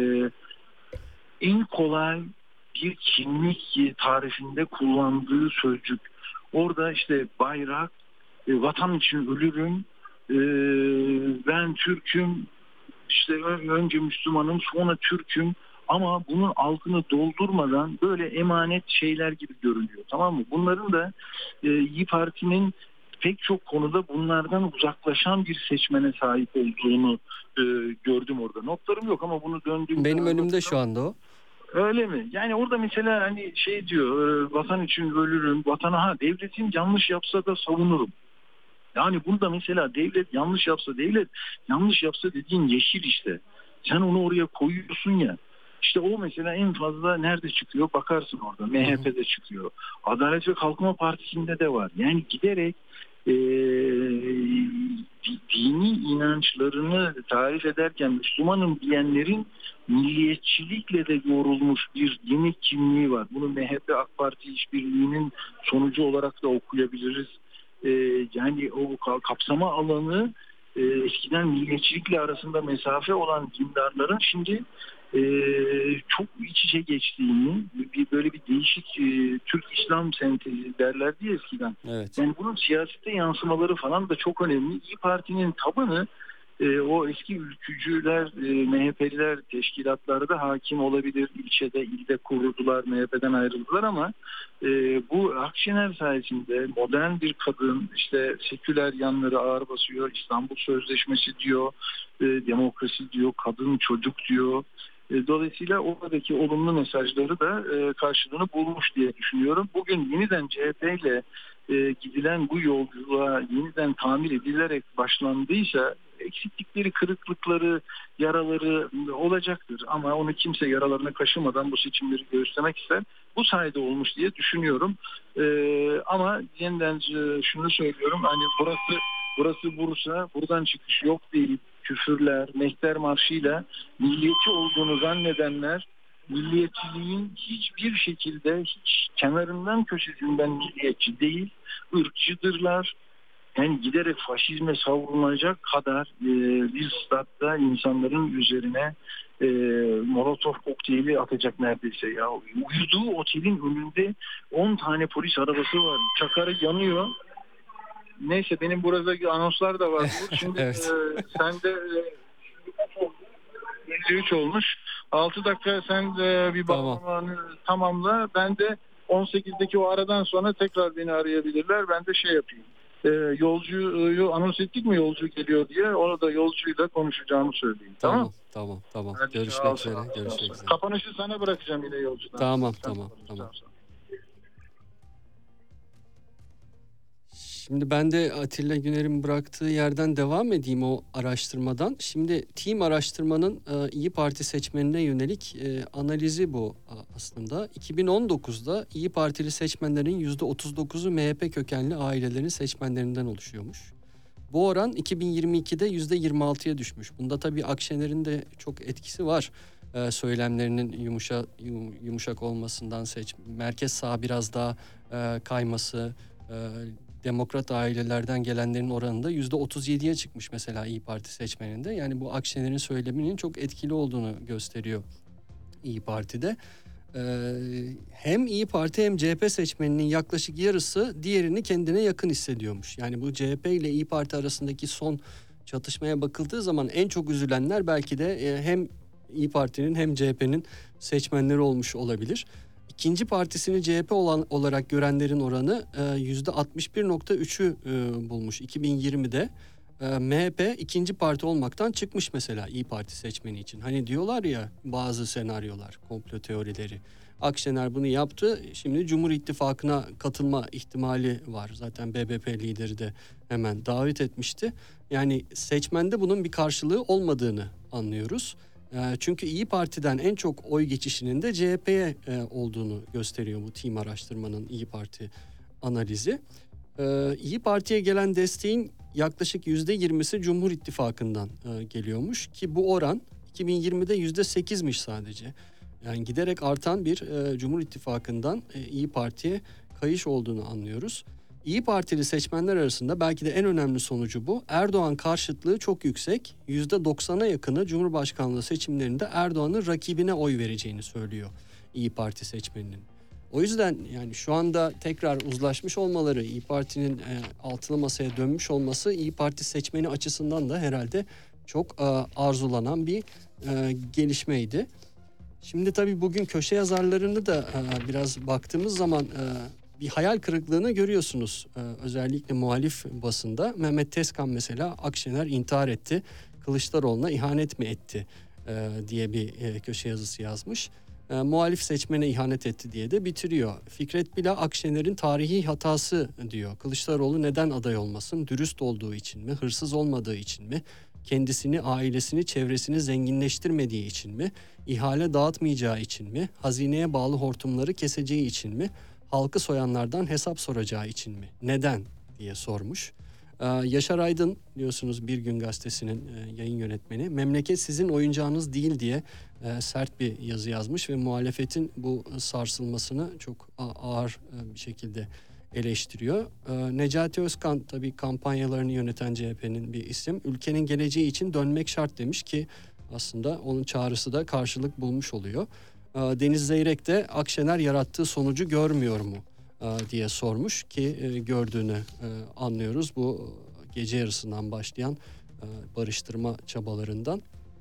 en kolay bir kimlik tarifinde kullandığı sözcük. Orada işte bayrak, e, vatan için ölürüm, e, ben Türk'üm, işte önce Müslümanım sonra Türk'üm, ama bunun altını doldurmadan böyle emanet şeyler gibi görünüyor, tamam mı? Bunların da e, İYİ Parti'nin pek çok konuda bunlardan uzaklaşan bir seçmene sahip olduğunu e, gördüm orada. Notlarım yok ama bunu döndüğümde... Benim önümde şu anda o. Öyle mi? Yani orada mesela hani şey diyor, e, vatan için ölürüm, vatana ha devletin yanlış yapsa da savunurum. Yani bunda mesela devlet yanlış yapsa, devlet yanlış yapsa dediğin yeşil işte. Sen onu oraya koyuyorsun ya. İşte o mesela en fazla nerede çıkıyor? Bakarsın orada. M H P'de çıkıyor. Adalet ve Kalkınma Partisi'nde de var. Yani giderek e, dini inançlarını tarif ederken Müslümanım diyenlerin milliyetçilikle de yoğrulmuş bir dini kimliği var. Bunu M H P AK Parti işbirliğinin sonucu olarak da okuyabiliriz. Ee, yani o kapsama alanı e, eskiden milliyetçilikle arasında mesafe olan dindarların şimdi e, çok iç içe geçtiğini, bir, böyle bir değişik e, Türk-İslam sentezi derlerdi eskiden. Evet. Yani bunun siyasete yansımaları falan da çok önemli. İYİ Parti'nin tabanı e, o eski ülkücüler, e, M H P'liler teşkilatlarda hakim olabilir. İlçede, ilde kuruldular, M H P'den ayrıldılar ama e, bu Akşener sayesinde modern bir kadın, işte seküler yanları ağır basıyor, İstanbul Sözleşmesi diyor, e, demokrasi diyor, kadın çocuk diyor. E, dolayısıyla oradaki olumlu mesajları da e, karşılığını bulmuş diye düşünüyorum. Bugün yeniden C H P ile e, gidilen bu yolculuğa yeniden tamir edilerek başlandıysa eksiklikleri, kırıklıkları, yaraları olacaktır. Ama onu kimse yaralarına kaşımadan bu seçimleri göğüslemek ister. Bu sayede olmuş diye düşünüyorum. E, ama yeniden e, şunu söylüyorum. Hani burası burası Bursa, buradan çıkış yok değil. Küfürler, Mehter Marşı'yla milliyetçi olduğunu zannedenler milliyetçiliğin hiçbir şekilde hiç kenarından köşesinden milliyetçi değil, ırkçıdırlar. Yani giderek faşizme savrulacak kadar e, bir statta insanların üzerine e, Molotov kokteyli atacak neredeyse ya. Uyuduğu otelin önünde on tane polis arabası var. Çakarı yanıyor. Neyse benim buradaki anonslar da var. Şimdi Evet. e, sende e, elli üç olmuş. altı dakika sen de bir Tamam. bağlamanı tamamla. Ben de on sekizdeki o aradan sonra tekrar beni arayabilirler. Ben de şey yapayım. E, yolcuyu anons ettik mi yolcu geliyor diye. Onu da yolcuyla konuşacağımı söyleyeyim. Tamam. Tamam, tamam, tamam. Hadi, Görüşmek sağ ol, üzere. sağ ol, Görüşmek sağ ol. üzere. Kapanışı sana bırakacağım yine yolcudan. Tamam, Sen tamam, konuş, tamam. sağ ol. Şimdi ben de Atilla Güner'in bıraktığı yerden devam edeyim o araştırmadan. Şimdi Team araştırmanın e, İYİ Parti seçmenine yönelik e, analizi bu aslında. iki bin on dokuzda İYİ Partili seçmenlerin yüzde otuz dokuzu M H P kökenli ailelerin seçmenlerinden oluşuyormuş. Bu oran iki bin yirmi ikide yüzde yirmi altıya düşmüş. Bunda tabii Akşener'in de çok etkisi var. Ee, söylemlerinin yumuşa, yumuşak olmasından seç, merkez sağ biraz daha e, kayması, e, demokrat ailelerden gelenlerin oranında yüzde otuz yediye çıkmış mesela İYİ Parti seçmeninde. Yani bu Akşener'in söyleminin çok etkili olduğunu gösteriyor İYİ Parti'de. Ee, hem İYİ Parti hem C H P seçmeninin yaklaşık yarısı diğerini kendine yakın hissediyormuş. Yani bu C H P ile İYİ Parti arasındaki son çatışmaya bakıldığı zaman en çok üzülenler belki de e, hem İYİ Parti'nin hem C H P'nin seçmenleri olmuş olabilir. İkinci partisini C H P olan, olarak görenlerin oranı e, yüzde altmış bir nokta üçü e, bulmuş iki bin yirmide. E, M H P ikinci parti olmaktan çıkmış mesela İYİ Parti seçmeni için. Hani diyorlar ya bazı senaryolar, komplo teorileri. Akşener bunu yaptı. Şimdi Cumhur İttifakı'na katılma ihtimali var. Zaten B B P lideri de hemen davet etmişti. Yani seçmende bunun bir karşılığı olmadığını anlıyoruz. Çünkü İYİ Parti'den en çok oy geçişinin de C H P'ye olduğunu gösteriyor bu TİM araştırmanın İYİ Parti analizi. İYİ Parti'ye gelen desteğin yaklaşık yüzde yirmisi Cumhur İttifakı'ndan geliyormuş ki bu oran iki bin yirmide yüzde sekizmiş sadece. Yani giderek artan bir Cumhur İttifakı'ndan İYİ Parti'ye kayış olduğunu anlıyoruz. İYİ Partili seçmenler arasında belki de en önemli sonucu bu. Erdoğan karşıtlığı çok yüksek. yüzde doksana yakını Cumhurbaşkanlığı seçimlerinde Erdoğan'ın rakibine oy vereceğini söylüyor İYİ Parti seçmeninin. O yüzden yani şu anda tekrar uzlaşmış olmaları, İYİ Parti'nin e, altılı masaya dönmüş olması İYİ Parti seçmeni açısından da herhalde çok e, arzulanan bir e, gelişmeydi. Şimdi tabii bugün köşe yazarlarını da e, biraz baktığımız zaman e, bir hayal kırıklığını görüyorsunuz. Ee, özellikle muhalif basında. Mehmet Tezkan mesela Akşener intihar etti, Kılıçdaroğlu'na ihanet mi etti e, diye bir e, köşe yazısı yazmış. E, muhalif seçmene ihanet etti diye de bitiriyor. Fikret Bila Akşener'in tarihi hatası diyor. Kılıçdaroğlu neden aday olmasın? Dürüst olduğu için mi? Hırsız olmadığı için mi? Kendisini, ailesini, çevresini zenginleştirmediği için mi? İhale dağıtmayacağı için mi? Hazineye bağlı hortumları keseceği için mi? Halkı soyanlardan hesap soracağı için mi? Neden diye sormuş. Ee, Yaşar Aydın biliyorsunuz Bir Gün Gazetesi'nin e, yayın yönetmeni. Memleket sizin oyuncağınız değil diye e, sert bir yazı yazmış ve muhalefetin bu sarsılmasını çok ağır e, bir şekilde eleştiriyor. E, Necati Özkan tabii kampanyalarını yöneten C H P'nin bir isim. Ülkenin geleceği için dönmek şart demiş ki aslında onun çağrısı da karşılık bulmuş oluyor. Deniz Zeyrek de Akşener yarattığı sonucu görmüyor mu diye sormuş ki gördüğünü anlıyoruz bu gece yarısından başlayan barıştırma çabalarından.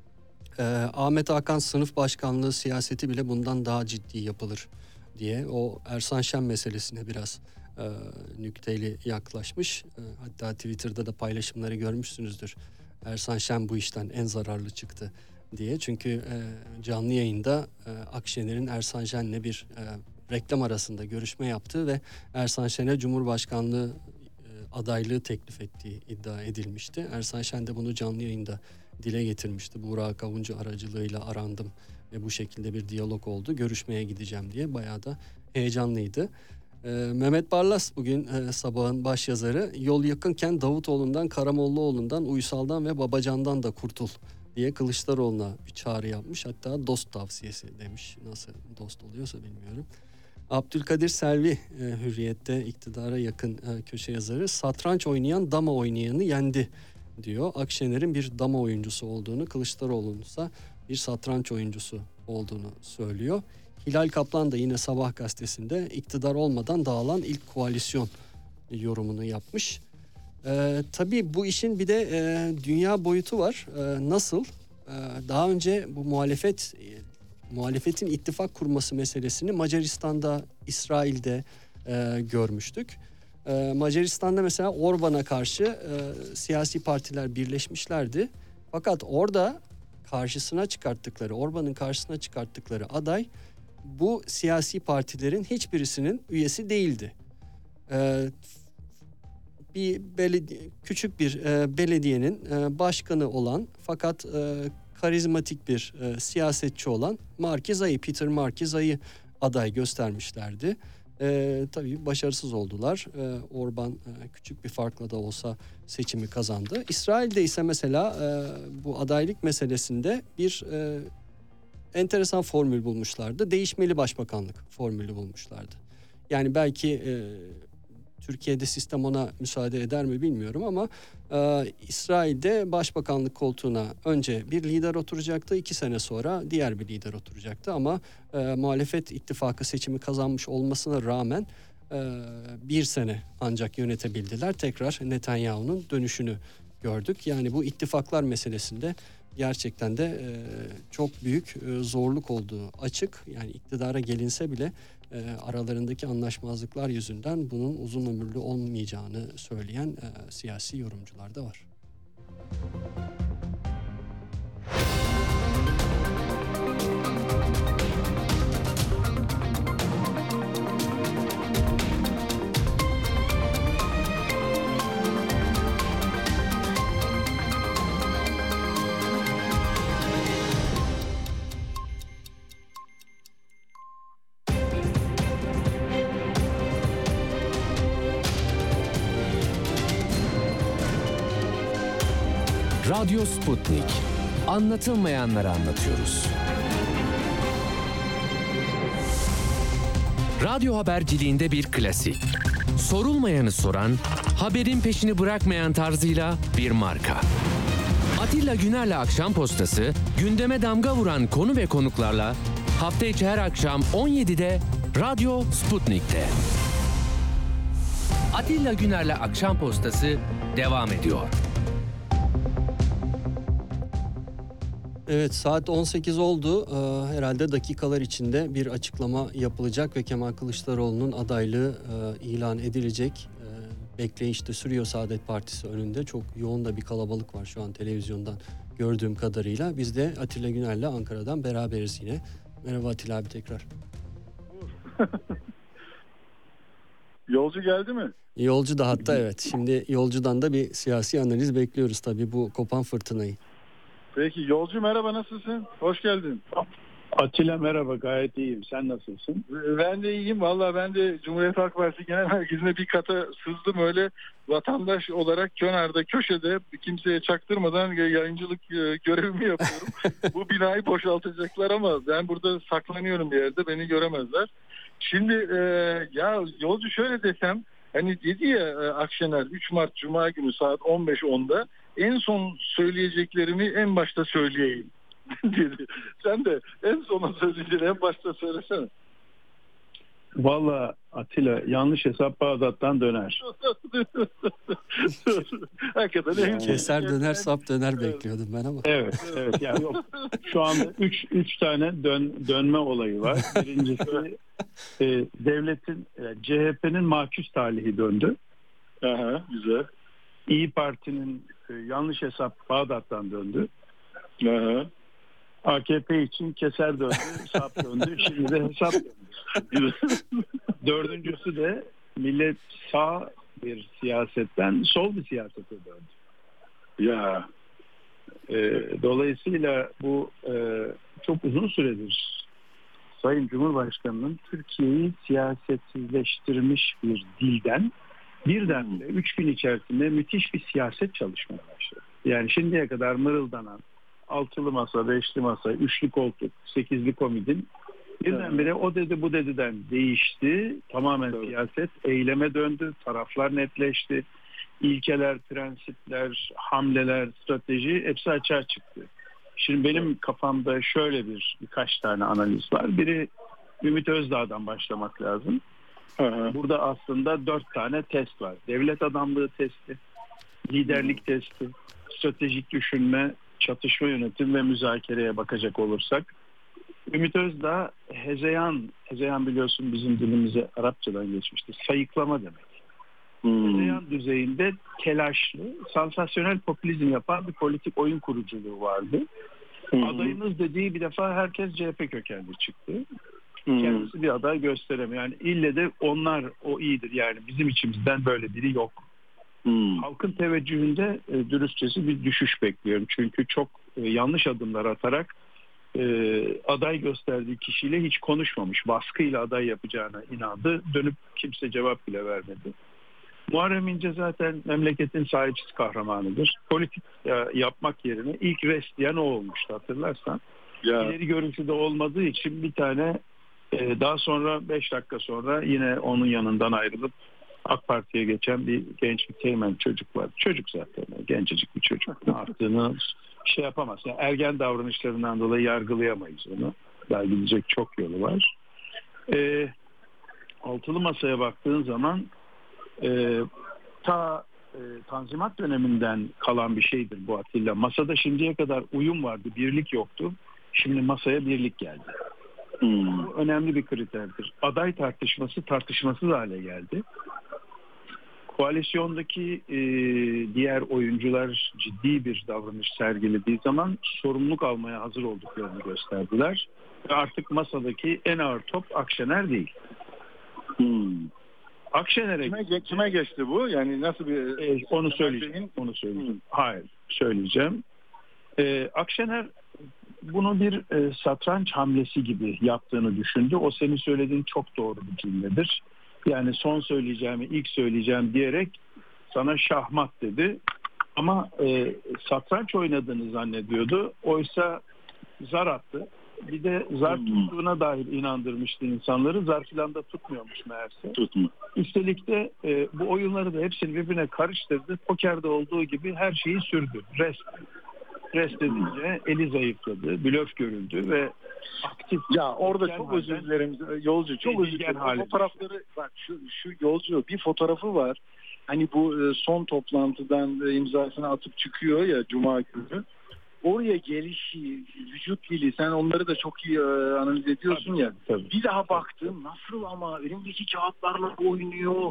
Ahmet Hakan sınıf başkanlığı siyaseti bile bundan daha ciddi yapılır diye o Ersan Şen meselesine biraz nükteli yaklaşmış. Hatta Twitter'da da paylaşımları görmüşsünüzdür. Ersan Şen bu işten en zararlı çıktı diye. Çünkü e, canlı yayında e, Akşener'in Ersan Şen'le bir e, reklam arasında görüşme yaptığı ve Ersan Şen'e Cumhurbaşkanlığı e, adaylığı teklif ettiği iddia edilmişti. Ersan Şen de bunu canlı yayında dile getirmişti. Burak Avuncu aracılığıyla arandım ve bu şekilde bir diyalog oldu. Görüşmeye gideceğim diye bayağı da heyecanlıydı. E, Mehmet Barlas bugün e, sabahın başyazarı. Yol yakınken Davutoğlu'ndan, Karamollaoğlu'ndan, Uysal'dan ve Babacan'dan da kurtul diye Kılıçdaroğlu'na bir çağrı yapmış. Hatta dost tavsiyesi demiş. Nasıl dost oluyorsa bilmiyorum. Abdülkadir Selvi e, Hürriyet'te iktidara yakın e, köşe yazarı. Satranç oynayan dama oynayanı yendi diyor. Akşener'in bir dama oyuncusu olduğunu, Kılıçdaroğlu'nun ise bir satranç oyuncusu olduğunu söylüyor. Hilal Kaplan da yine Sabah gazetesinde iktidar olmadan dağılan ilk koalisyon yorumunu yapmış. Ee, tabii bu işin bir de e, dünya boyutu var. Ee, nasıl? Ee, daha önce bu muhalefet e, muhalefetin ittifak kurması meselesini Macaristan'da, İsrail'de e, görmüştük. Ee, Macaristan'da mesela Orban'a karşı e, siyasi partiler birleşmişlerdi. Fakat orada karşısına çıkarttıkları, Orban'ın karşısına çıkarttıkları aday bu siyasi partilerin hiçbirisinin üyesi değildi. Ee, bir belediye, küçük bir e, belediyenin e, başkanı olan fakat e, karizmatik bir e, siyasetçi olan Marqueza'yı, Peter Marqueza'yı aday göstermişlerdi. E, tabii başarısız oldular. E, Orban e, küçük bir farkla da olsa seçimi kazandı. İsrail'de ise mesela e, bu adaylık meselesinde bir e, enteresan formül bulmuşlardı. Değişmeli başbakanlık formülü bulmuşlardı. Yani belki e, Türkiye'de sistem ona müsaade eder mi bilmiyorum ama e, İsrail'de başbakanlık koltuğuna önce bir lider oturacaktı, iki sene sonra diğer bir lider oturacaktı ama e, muhalefet ittifakı seçimi kazanmış olmasına rağmen e, bir sene ancak yönetebildiler. Tekrar Netanyahu'nun dönüşünü gördük. Yani bu ittifaklar meselesinde gerçekten de e, çok büyük e, zorluk olduğu açık. Yani iktidara gelinse bile e, aralarındaki anlaşmazlıklar yüzünden bunun uzun ömürlü olmayacağını söyleyen e, siyasi yorumcular da var. Radyo Sputnik. Anlatılmayanları anlatıyoruz. Radyo haberciliğinde bir klasik. Sorulmayanı soran, haberin peşini bırakmayan tarzıyla bir marka. Atilla Güner'le Akşam Postası, gündeme damga vuran konu ve konuklarla hafta içi her akşam on yedide Radyo Sputnik'te. Atilla Güner'le Akşam Postası devam ediyor. Evet, saat on sekiz oldu. Ee, herhalde dakikalar içinde bir açıklama yapılacak ve Kemal Kılıçdaroğlu'nun adaylığı e, ilan edilecek. E, bekleyiş de sürüyor Saadet Partisi önünde. Çok yoğun da bir kalabalık var şu an televizyondan gördüğüm kadarıyla. Biz de Atilla Güner'le Ankara'dan beraberiz yine. Merhaba Atilla abi tekrar. Yolcu geldi mi? Yolcu da hatta evet. Şimdi yolcudan da bir siyasi analiz bekliyoruz tabii bu kopan fırtınayı. Peki yolcu merhaba, nasılsın? Hoş geldin. Atilla merhaba, gayet iyiyim. Sen nasılsın? Ben de iyiyim. Valla ben de Cumhuriyet Halk Partisi Genel Merkezi'ne bir kata sızdım, öyle vatandaş olarak kenarda köşede kimseye çaktırmadan yayıncılık görevimi yapıyorum. Bu binayı boşaltacaklar ama ben burada saklanıyorum bir yerde, beni göremezler. Şimdi e, ya yolcu şöyle desem, hani dedi ya Akşener üç Mart Cuma günü saat on beş onda en son söyleyeceklerimi en başta söyleyeyim dedi. Sen de en sona söyleyeceğini en başta söylesene. Valla Atilla, yanlış hesap Bağdat'tan döner. Hakikaten en keser döner sap döner bekliyordum ben ama. Evet, evet. Yani yok. Şu anda üç üç tane dön, dönme olayı var. Birincisi e, devletin e, C H P'nin mahkus talihi döndü. Aha, güzel. İyi Parti'nin e, yanlış hesap Bağdat'tan döndü. Aha. A K P için keser döndü, sap döndü. Şimdi de hesap döndü. Dördüncüsü de millet sağ bir siyasetten sol bir siyasete döndü. Ya. E, dolayısıyla bu e, çok uzun süredir Sayın Cumhurbaşkanı'nın Türkiye'yi siyasetsizleştirmiş bir dilden birdenbire üç gün içerisinde müthiş bir siyaset çalışmaya başladı. Yani şimdiye kadar mırıldanan altılı masa, beşli masa, üçlü koltuk, sekizli komidin birdenbire o dedi bu dediden değişti. Tamamen evet. Siyaset eyleme döndü. Taraflar netleşti. İlkeler, prensipler, hamleler, strateji hepsi açığa çıktı. Şimdi benim kafamda şöyle bir birkaç tane analiz var. Biri Ümit Özdağ'dan başlamak lazım. Burada aslında dört tane test var. Devlet adamlığı testi, liderlik testi, stratejik düşünme, çatışma yönetim ve müzakereye bakacak olursak. Ümit Özdağ hezeyan, hezeyan biliyorsun bizim dilimize Arapçadan geçmişti. Sayıklama demek. Hmm. Hezeyan düzeyinde telaşlı, sansasyonel popülizm yapan bir politik oyun kuruculuğu vardı. Hmm. Adayımız dediği bir defa herkes C H P kökenli çıktı. Hmm. Kendisi bir aday gösteremiyor. Yani ille de onlar o iyidir. Yani bizim içimizden böyle biri yok. Hmm. Halkın teveccühünde e, dürüstçesi bir düşüş bekliyorum. Çünkü çok e, yanlış adımlar atarak e, aday gösterdiği kişiyle hiç konuşmamış. Baskıyla aday yapacağına inandı. Dönüp kimse cevap bile vermedi. Muharrem İnce zaten memleketin sahipsiz kahramanıdır. Politik ya, yapmak yerine ilk rest diyen o olmuştu, hatırlarsan. Ya. İleri görüntüde olmadığı için bir tane e, daha sonra beş dakika sonra yine onun yanından ayrılıp AK Parti'ye geçen bir genç bir teğmen çocuk var. Çocuk zaten, gencecik bir çocuk. Ne yaptığını şey yapamaz. Yani ergen davranışlarından dolayı yargılayamayız onu. Daha gidecek çok yolu var. E, altılı masaya baktığın zaman e, ta e, Tanzimat döneminden kalan bir şeydir bu, Atilla. Masada şimdiye kadar uyum vardı, birlik yoktu. Şimdi masaya birlik geldi. Hmm. Bu önemli bir kriterdir. Aday tartışması tartışmasız hale geldi. Koalisyondaki e, diğer oyuncular ciddi bir davranış sergilediği zaman sorumluluk almaya hazır olduklarını gösterdiler. Ve artık masadaki en ağır top Akşener değil. Hmm. Akşener'e kime, kime geçti bu? Yani nasıl bir... E, onu söyleyeceğim. Onu söyleyeceğim. Hmm. Hayır, söyleyeceğim. E, Akşener bunu bir e, satranç hamlesi gibi yaptığını düşündü. O senin söylediğin çok doğru bir cümledir. Yani son söyleyeceğimi ilk söyleyeceğim diyerek sana şahmat dedi. Ama e, satranç oynadığını zannediyordu. Oysa zar attı. Bir de zar hmm. tuttuğuna dair inandırmıştı insanları. Zar filan da tutmuyormuş meğerse. Tutma. Üstelik de e, bu oyunları da hepsini birbirine karıştırdı. Pokerde olduğu gibi her şeyi sürdü. Rest. Rest edince eli zayıfladı, blöf görüldü ve aktif. Ya orada çok özür dilerim yolcu, çok özür dilerim. Fotoğrafları bak, şu şu yolcu bir fotoğrafı var. Hani bu son toplantıdan imzasını atıp çıkıyor ya Cuma günü. Oraya gelişi, vücut dili, sen onları da çok iyi analiz ediyorsun tabii, ya. Tabii. Bir daha baktım, nasıl ama elimdeki kağıtlarla oynuyor.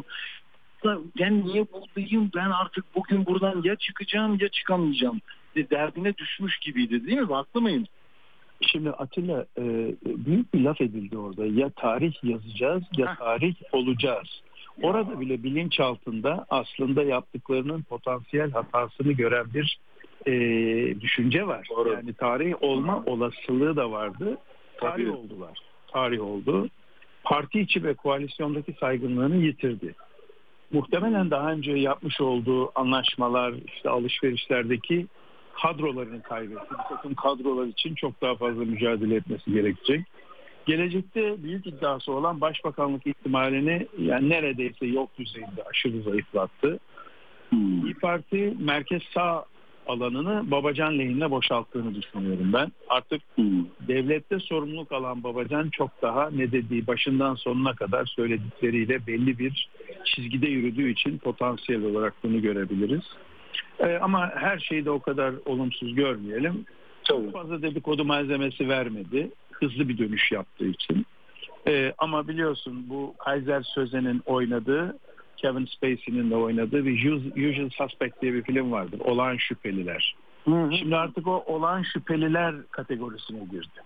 Ben niye buradayım? Ben artık bugün buradan ya çıkacağım ya çıkamayacağım. Derdine düşmüş gibiydi, değil mi? Haklı mıyım? Şimdi Atilla, e, büyük bir laf edildi orada. Ya tarih yazacağız ya Heh. tarih olacağız. Orada bile bilinç altında aslında yaptıklarının potansiyel hatasını gören bir e, düşünce var. Doğru. Yani tarih olma olasılığı da vardı. Tarih Tabii. oldular. Tarih oldu. Parti içi ve koalisyondaki saygınlığını yitirdi. Muhtemelen daha önce yapmış olduğu anlaşmalar, işte alışverişlerdeki kadrolarını kaybetti. Bir takım kadrolar için çok daha fazla mücadele etmesi gerekecek. Gelecekte büyük iddiası olan başbakanlık ihtimalini yani neredeyse yok düzeyinde aşırı zayıflattı. Hmm. İYİ Parti merkez sağ alanını Babacan lehine boşalttığını düşünüyorum ben. Artık hmm. devlette sorumluluk alan Babacan çok daha ne dediği başından sonuna kadar söyledikleriyle belli bir çizgide yürüdüğü için potansiyel olarak bunu görebiliriz. Ee, ama her şeyi de o kadar olumsuz görmeyelim. Çok fazla dedikodu malzemesi vermedi. Hızlı bir dönüş yaptığı için. Ee, ama biliyorsun bu Kaiser Söze'nin oynadığı, Kevin Spacey'nin de oynadığı bir Usual Suspect diye bir film vardır. Olağan Şüpheliler. Hı hı. Şimdi artık o olağan şüpheliler kategorisine girdi.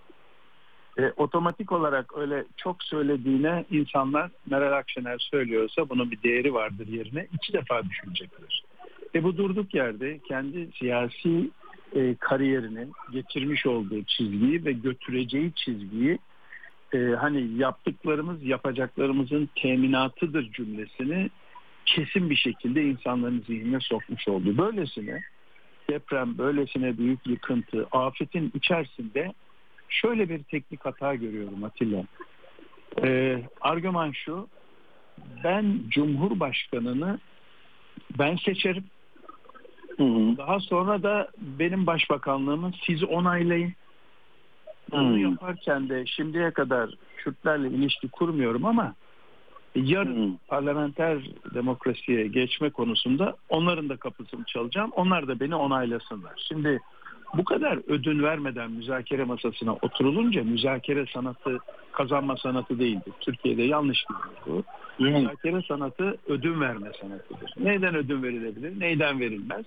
E, otomatik olarak öyle çok söylediğine insanlar Meral Akşener söylüyorsa bunun bir değeri vardır yerine iki defa düşünecekler. E bu durduk yerde kendi siyasi e, kariyerini getirmiş olduğu çizgiyi ve götüreceği çizgiyi e, hani yaptıklarımız yapacaklarımızın teminatıdır cümlesini kesin bir şekilde insanların zihnine sokmuş oldu. Böylesine deprem, böylesine büyük yıkıntı, afetin içerisinde şöyle bir teknik hata görüyorum Atilla. E, argüman şu, ben Cumhurbaşkanını ben seçerim. Hı hı. Daha sonra da benim başbakanlığımı siz onaylayın. Bunu hı. yaparken de şimdiye kadar Kürtlerle ilişki kurmuyorum ama yarın hı. parlamenter demokrasiye geçme konusunda onların da kapısını çalacağım. Onlar da beni onaylasınlar. Şimdi bu kadar ödün vermeden müzakere masasına oturulunca müzakere sanatı kazanma sanatı değildir. Türkiye'de yanlış biliyor bu. Müzakere sanatı ödün verme sanatıdır. Neyden ödün verilebilir, neyden verilmez?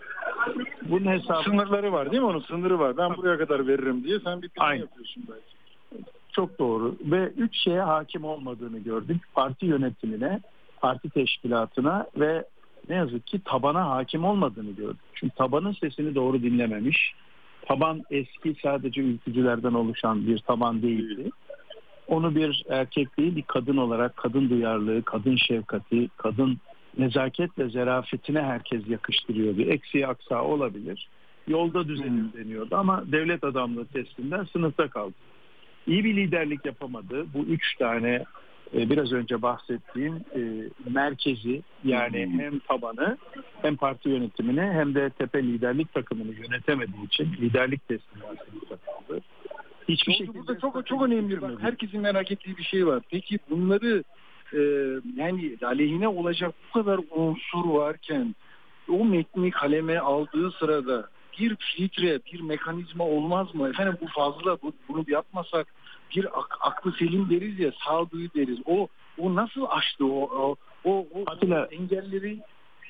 Bunun hesabı... Sınırları var değil mi? Onun sınırı var. Ben buraya kadar veririm diye sen bir plan Aynen. yapıyorsun belki. Çok doğru. Ve üç şeye hakim olmadığını gördük. Parti yönetimine, parti teşkilatına ve ne yazık ki tabana hakim olmadığını gördük. Çünkü tabanın sesini doğru dinlememiş. taban eski sadece ülkücülerden oluşan bir taban değildi. Onu bir erkek değil bir kadın olarak kadın duyarlılığı, kadın şefkati, kadın nezaket ve zarafetine herkes yakıştırıyordu. Eksiği aksağı olabilir. Yolda düzenir deniyordu ama devlet adamlığı testinden sınıfta kaldı. İyi bir liderlik yapamadı. Bu üç tane e, biraz önce bahsettiğim e, merkezi yani hem tabanı hem parti yönetimini hem de tepe liderlik takımını yönetemediği için liderlik testinden sınıfta kaldı. Hiçbir şekilde burada çok çok önemli. Bak, herkesin merak ettiği bir şey var. Peki bunları e, yani aleyhine olacak bu kadar unsur varken o metni kaleme aldığı sırada bir filtre, bir mekanizma olmaz mı? Efendim bu fazla, bu, bunu yapmasak bir ak, aklı selim deriz ya, sağduyu deriz. O o nasıl aştı o o o, o Atilla, engelleri?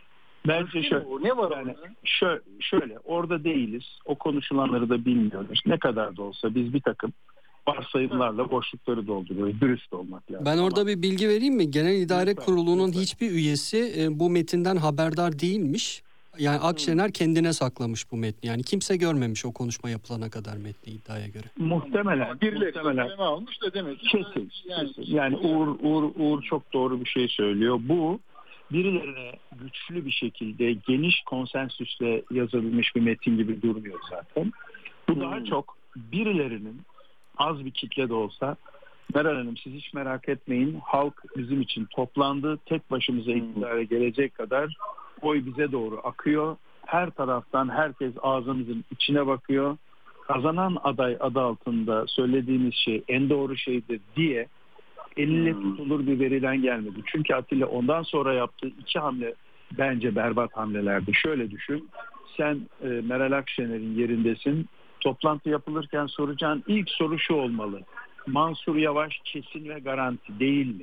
Bence şöyle, ne var yani şöyle, şöyle orada değiliz. O konuşulanları da bilmiyoruz. Ne kadar da olsa biz bir takım varsayımlarla boşlukları dolduruyoruz. Dürüst olmak lazım. Ben orada Ama bir bilgi vereyim mi? Genel İdare lütfen, Kurulu'nun lütfen. hiçbir üyesi e, bu metinden haberdar değilmiş. Yani Akşener kendine saklamış bu metni. Yani kimse görmemiş o konuşma yapılana kadar metni iddiaya göre. Muhtemelen. Birileri muhtemelen. almış da demek ki. Kesin. Yani, kesin. Yani Uğur, Uğur, Uğur çok doğru bir şey söylüyor. Bu birilerine güçlü bir şekilde geniş konsensüsle yazılmış bir metin gibi durmuyor zaten. Bu hmm. daha çok birilerinin az bir kitle de olsa Meral Hanım siz hiç merak etmeyin halk bizim için toplandı. Tek başımıza iktidara gelecek kadar oy bize doğru akıyor. Her taraftan herkes ağzımızın içine bakıyor. Kazanan aday adı altında söylediğimiz şey en doğru şeydir diye elle tutulur bir veriden gelmedi. Çünkü Atilla ondan sonra yaptığı iki hamle bence berbat hamlelerdi. Şöyle düşün. Sen e, Meral Akşener'in yerindesin. Toplantı yapılırken soracağın ilk soru şu olmalı. Mansur Yavaş kesin ve garanti değil mi?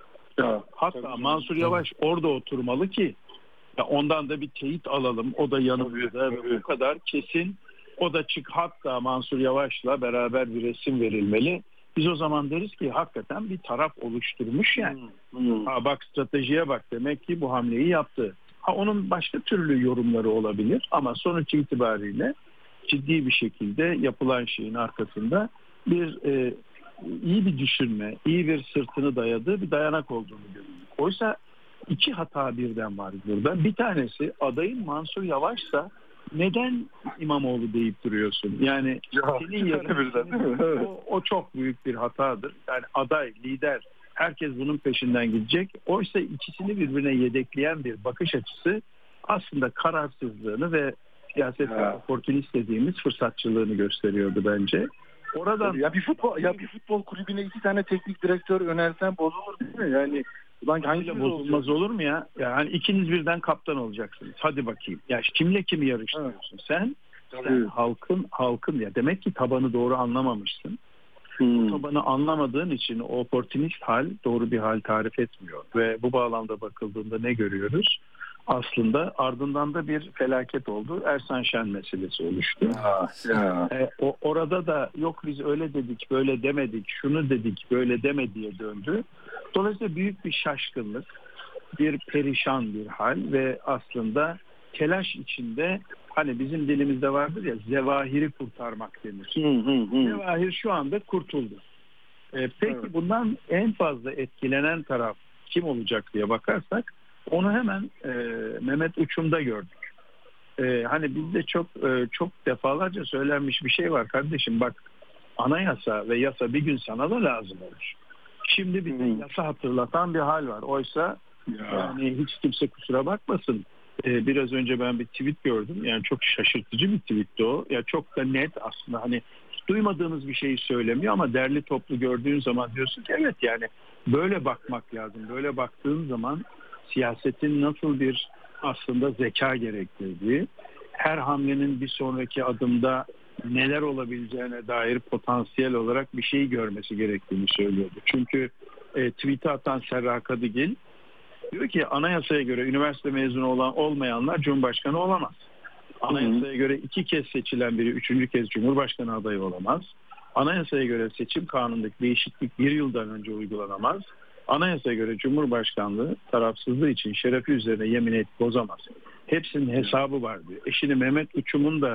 Ya, hatta Mansur Yavaş orada oturmalı ki ya ondan da bir teyit alalım. O da yanımızda ve bu kadar kesin. O da çık hatta Mansur Yavaş'la beraber bir resim verilmeli. Biz o zaman deriz ki hakikaten bir taraf oluşturmuş yani. Hmm. Ha, bak stratejiye bak demek ki bu hamleyi yaptı. Ha, onun başka türlü yorumları olabilir ama sonuç itibariyle ciddi bir şekilde yapılan şeyin arkasında bir e, iyi bir düşünme, iyi bir sırtını dayadığı bir dayanak olduğunu görüyoruz. Oysa iki hata birden var burada. Bir tanesi adayın Mansur Yavaş'sa neden İmamoğlu deyip duruyorsun? Yani ya, senin yerine o, o çok büyük bir hatadır. Yani aday, lider, herkes bunun peşinden gidecek. Oysa ikisini birbirine yedekleyen bir bakış açısı aslında kararsızlığını ve siyaset oportunist dediğimiz fırsatçılığını gösteriyordu bence. Oradan ya bir futbol ya bir futbol kulübüne iki tane teknik direktör önersen bozulur değil mi? Yani ulan hangi bozulmaz olur mu ya? Yani ikiniz birden kaptan olacaksınız. Hadi bakayım. Ya kimle kimi yarıştırıyorsun? Evet. Sen, sen halkın halkın ya demek ki tabanı doğru anlamamışsın. Hmm. Bu tabanı anlamadığın için o oportunist hal doğru bir hal tarif etmiyor. Ve bu bağlamda bakıldığında ne görüyoruz? Aslında ardından da bir felaket oldu. Ersan Şen meselesi oluştu. Ya, ya. E, o, orada da yok biz öyle dedik, böyle demedik, şunu dedik, böyle deme diye döndü. Dolayısıyla büyük bir şaşkınlık, bir perişan bir hal ve aslında telaş içinde hani bizim dilimizde vardır ya zevahiri kurtarmak denir. Hı hı hı. Zevahir şu anda kurtuldu. E, peki evet. Bundan en fazla etkilenen taraf kim olacak diye bakarsak onu hemen e, Mehmet Uçum'da gördük. E, hani bizde çok e, çok defalarca söylenmiş bir şey var kardeşim bak anayasa ve yasa bir gün sana da lazım olur. Şimdi bize hmm. yasa hatırlatan bir hal var. Oysa ya. Yani hiç kimse kusura bakmasın. Ee, biraz önce ben bir tweet gördüm. Yani çok şaşırtıcı bir tweetti o. Ya çok da net aslında hani duymadığınız bir şeyi söylemiyor ama derli toplu gördüğün zaman diyorsun ki evet yani böyle bakmak lazım. Böyle baktığın zaman siyasetin nasıl bir aslında zeka gerektirdiği, her hamlenin bir sonraki adımda neler olabileceğine dair potansiyel olarak bir şey görmesi gerektiğini söylüyordu. Çünkü e, tweet'e atan Serra Kadıgil diyor ki anayasaya göre üniversite mezunu olan olmayanlar Cumhurbaşkanı olamaz. Anayasaya göre iki kez seçilen biri üçüncü kez Cumhurbaşkanı adayı olamaz. Anayasaya göre seçim kanunundaki değişiklik bir yıldan önce uygulanamaz. Anayasaya göre Cumhurbaşkanlığı tarafsızlığı için şerefi üzerine yemin et bozamaz. Hepsinin hesabı var diyor. Eşini Mehmet Uçum'un da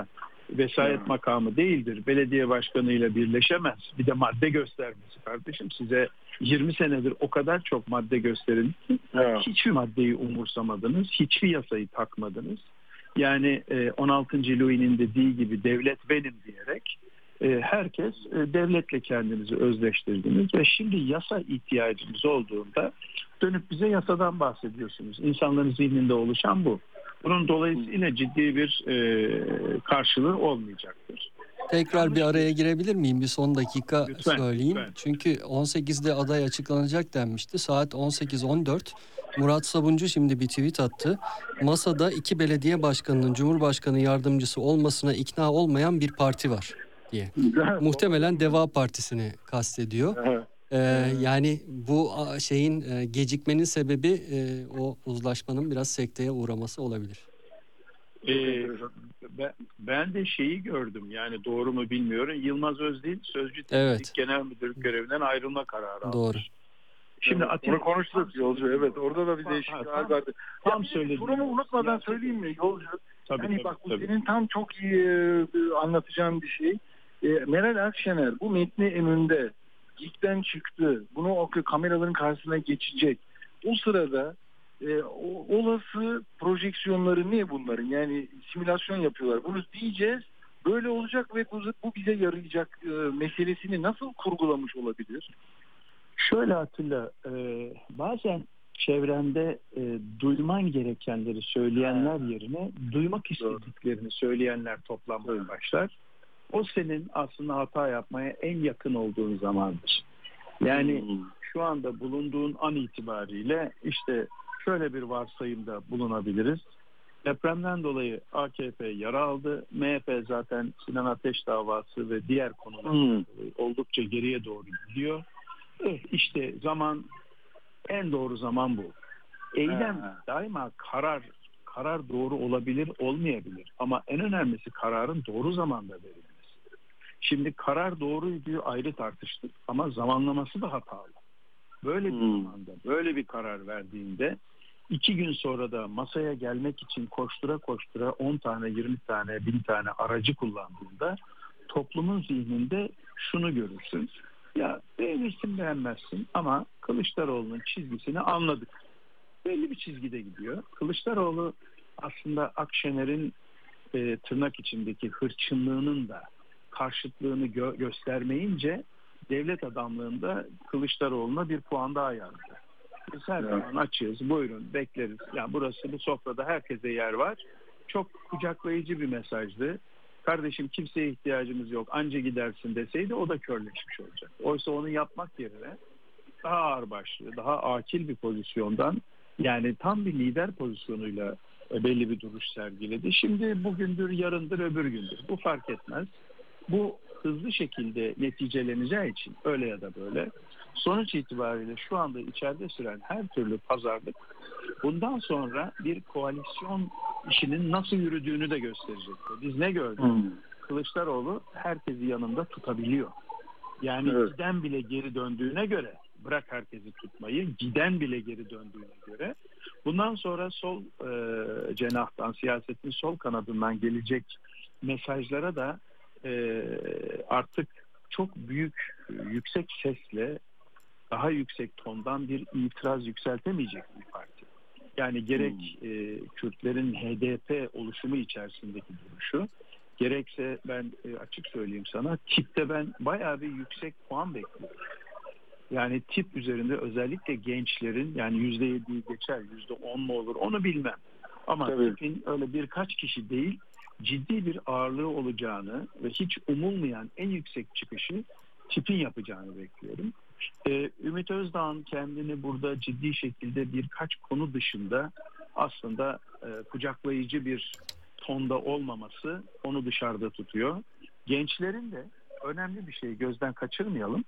vesayet Ya. makamı değildir. Belediye başkanıyla birleşemez. Bir de madde göstermesi kardeşim. Size yirmi senedir o kadar çok madde gösterildi ki Ya. hiçbir maddeyi umursamadınız. Hiçbir yasayı takmadınız. Yani e, on altıncı Louis'nin dediği gibi devlet benim diyerek e, herkes e, devletle kendinizi özleştirdiniz ve şimdi yasa ihtiyacımız olduğunda dönüp bize yasadan bahsediyorsunuz. İnsanların zihninde oluşan bu. Bunun dolayısıyla ciddi bir e, karşılığı olmayacaktır. Tekrar bir araya girebilir miyim? Bir son dakika Lütfen, söyleyeyim. lütfen. Çünkü on sekizde aday açıklanacak denmişti. Saat on sekiz on dört. Murat Sabuncu şimdi bir tweet attı. Masada iki belediye başkanının Cumhurbaşkanı yardımcısı olmasına ikna olmayan bir parti var diye. Muhtemelen Deva Partisi'ni kastediyor. Ee, yani bu a, şeyin e, gecikmenin sebebi e, o uzlaşmanın biraz sekteye uğraması olabilir. Ee, ben, ben de şeyi gördüm, yani doğru mu bilmiyorum. Yılmaz Özdil Sözcü Temizlik Evet. Genel Müdürlük görevinden ayrılma kararı almış. Doğru. Şimdi Evet, Atilla, onu konuştuk yolcu. Evet, orada da bir Tam- değişiklik tam- vardı. tam Ya bir söylediğim- sorumu unutmadan Siyaset- söyleyeyim mi yolcu? Tabii, Yani tabii, bak bu tabii. senin tam çok iyi e, anlatacağın bir şey. E, Meral Akşener bu metni önünde ilkten çıktı. Bunu o kameraların karşısına geçecek. O sırada e, o, olası projeksiyonları ne bunların? Yani simülasyon yapıyorlar. Bunu diyeceğiz. Böyle olacak ve bu, bu bize yarayacak e, meselesini nasıl kurgulamış olabilir? Şöyle Atilla, e, bazen çevrende e, duyman gerekenleri söyleyenler yerine duymak istediklerini söyleyenler toplanmaya başlar. O senin aslında hata yapmaya en yakın olduğun zamandır. Yani Hmm. şu anda bulunduğun an itibariyle işte şöyle bir varsayımda bulunabiliriz. Depremden dolayı A K P yara aldı. M H P zaten Sinan Ateş davası ve diğer konulardan Hmm. dolayı oldukça geriye doğru gidiyor. Evet, işte zaman, en doğru zaman bu. Eylem Ha. daima karar karar doğru olabilir, olmayabilir. Ama en önemlisi kararın doğru zamanda verilmesi. Şimdi karar doğruydu ayrı tartıştık ama zamanlaması da hatalı. Böyle bir Hmm. zamanda, böyle bir karar verdiğinde iki gün sonra da masaya gelmek için koştura koştura on tane, yirmi tane, bin tane aracı kullandığında toplumun zihninde şunu görürsün. Ya beğenirsin beğenmezsin ama Kılıçdaroğlu'nun çizgisini anladık. Belli bir çizgide gidiyor. Kılıçdaroğlu aslında Akşener'in e, tırnak içindeki hırçınlığının da karşıtlığını gö- göstermeyince devlet adamlığında Kılıçdaroğlu'na bir puan daha yazdı. Biz her Evet. zaman açığız, buyurun bekleriz. Yani burası, bu sofrada herkese yer var. Çok kucaklayıcı bir mesajdı. Kardeşim kimseye ihtiyacımız yok, anca gidersin deseydi o da körleşmiş olacak. Oysa onu yapmak yerine daha ağırbaşlı, daha akil bir pozisyondan, yani tam bir lider pozisyonuyla belli bir duruş sergiledi. Şimdi bugündür, yarındır, öbür gündür. Bu fark etmez. Bu hızlı şekilde neticeleneceği için öyle ya da böyle sonuç itibariyle şu anda içeride süren her türlü pazarlık bundan sonra bir koalisyon işinin nasıl yürüdüğünü de gösterecektir. Biz ne gördük? Hmm. Kılıçdaroğlu herkesi yanında tutabiliyor. Yani Evet. giden bile geri döndüğüne göre, bırak herkesi tutmayı, giden bile geri döndüğüne göre bundan sonra sol e, cenahtan, siyasetin sol kanadından gelecek mesajlara da e, artık çok büyük, yüksek sesle, daha yüksek tondan bir itiraz yükseltemeyecek bir parti. Yani gerek e, Kürtlerin H D P oluşumu içerisindeki duruşu, gerekse ben e, açık söyleyeyim sana, tipte ben bayağı bir yüksek puan bekliyorum. Yani tip üzerinde özellikle gençlerin, yani yüzde yediyi geçer, yüzde on mu olur onu bilmem. Ama Tabii. tipin öyle birkaç kişi değil, ciddi bir ağırlığı olacağını ve hiç umulmayan en yüksek çıkışı tipin yapacağını bekliyorum. Ee, Ümit Özdağ'ın kendini burada ciddi şekilde birkaç konu dışında aslında e, kucaklayıcı bir tonda olmaması onu dışarıda tutuyor. Gençlerin de önemli bir şey gözden kaçırmayalım.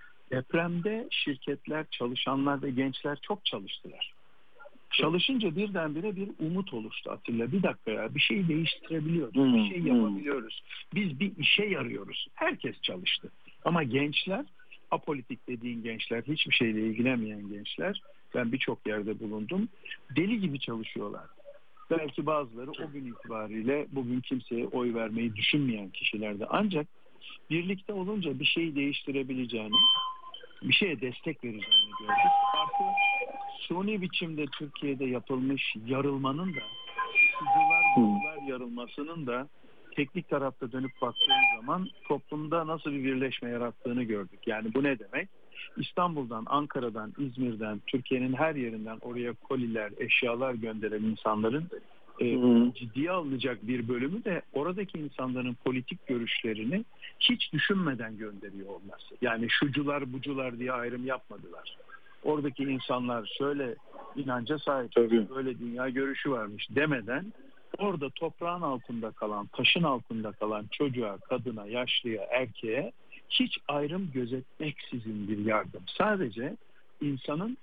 Depremde şirketler, çalışanlar ve gençler çok çalıştılar. Çalışınca birdenbire bir umut oluştu Atilla. Bir dakika ya, bir şey değiştirebiliyoruz, Hmm, bir şey yapabiliyoruz. Biz bir işe yarıyoruz. Herkes çalıştı. Ama gençler, apolitik dediğin gençler, hiçbir şeyle ilgilenmeyen gençler, ben birçok yerde bulundum, deli gibi çalışıyorlar. Belki bazıları o gün itibariyle bugün kimseye oy vermeyi düşünmeyen kişilerdi. Ancak birlikte olunca bir şeyi değiştirebileceğini, bir şeye destek vereceğini gördük. Artı suni biçimde Türkiye'de yapılmış yarılmanın da, kuzular buzular yarılmasının da teknik tarafta dönüp baktığın zaman toplumda nasıl bir birleşme yarattığını gördük. Yani bu ne demek? İstanbul'dan, Ankara'dan, İzmir'den, Türkiye'nin her yerinden oraya koliler, eşyalar gönderen insanların e, ciddiye alınacak bir bölümü de oradaki insanların politik görüşlerini hiç düşünmeden gönderiyor olması. Yani şucular, bucular diye ayrım yapmadılar. Oradaki insanlar şöyle inanca sahip, Tabii. böyle dünya görüşü varmış demeden orada toprağın altında kalan, taşın altında kalan çocuğa, kadına, yaşlıya, erkeğe hiç ayrım gözetmeksizin bir yardım. Sadece insanın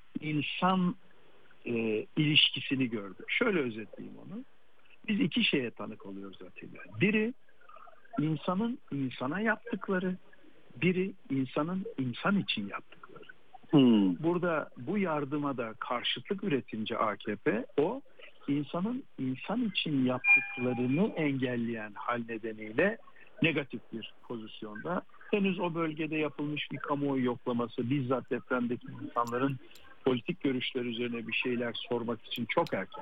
insan e, ilişkisini gördü. Şöyle özetleyeyim onu. Biz iki şeye tanık oluyoruz Atilla. Biri insanın insana yaptıkları, biri insanın insan için yaptıkları. Hmm. Burada bu yardıma da karşıtlık üretince A K P o insanın insan için yaptıklarını engelleyen hal nedeniyle negatif bir pozisyonda. Henüz o bölgede yapılmış bir kamuoyu yoklaması, bizzat depremdeki insanların politik görüşleri üzerine bir şeyler sormak için çok erken.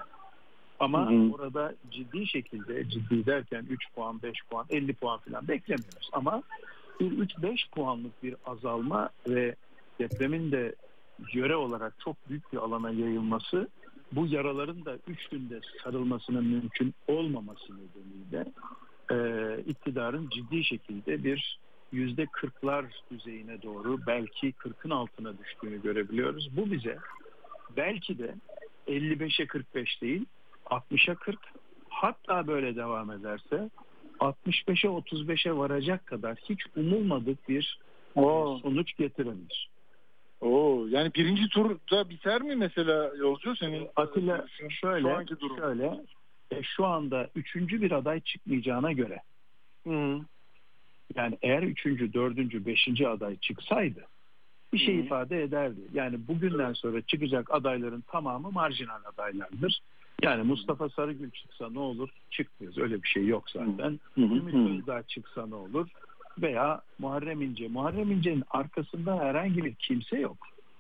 Ama hı hı. orada ciddi şekilde, ciddi derken üç puan, beş puan, elli puan falan beklemiyoruz. Ama bir üç beş puanlık bir azalma ve depremin de yöre olarak çok büyük bir alana yayılması, bu yaraların da üç günde sarılmasının mümkün olmaması nedeniyle e, iktidarın ciddi şekilde bir yüzde kırklar düzeyine doğru, belki kırkın altına düştüğünü görebiliyoruz. Bu bize belki de elli beşe kırk beş değil, altmışa kırk, hatta böyle devam ederse altmış beşe otuz beşe varacak kadar hiç umulmadık bir Oo. sonuç getirebilir. Oo, yani birinci turda biter mi mesela yolcu senin? Atilla Şu şöyle, anki durum. şöyle e, şu anda üçüncü bir aday çıkmayacağına göre, Hı. yani eğer üçüncü, dördüncü, beşinci aday çıksaydı bir şey Hı. ifade ederdi. Yani bugünden sonra çıkacak adayların tamamı marjinal adaylardır. Yani Mustafa Sarıgül çıksa ne olur? Çıkmıyoruz. Öyle bir şey yok zaten. Hı hı. Ümit Hı. Özdağ çıksa ne olur? Veya Muharrem İnce. Muharrem İnce'nin arkasında herhangi bir kimse yok.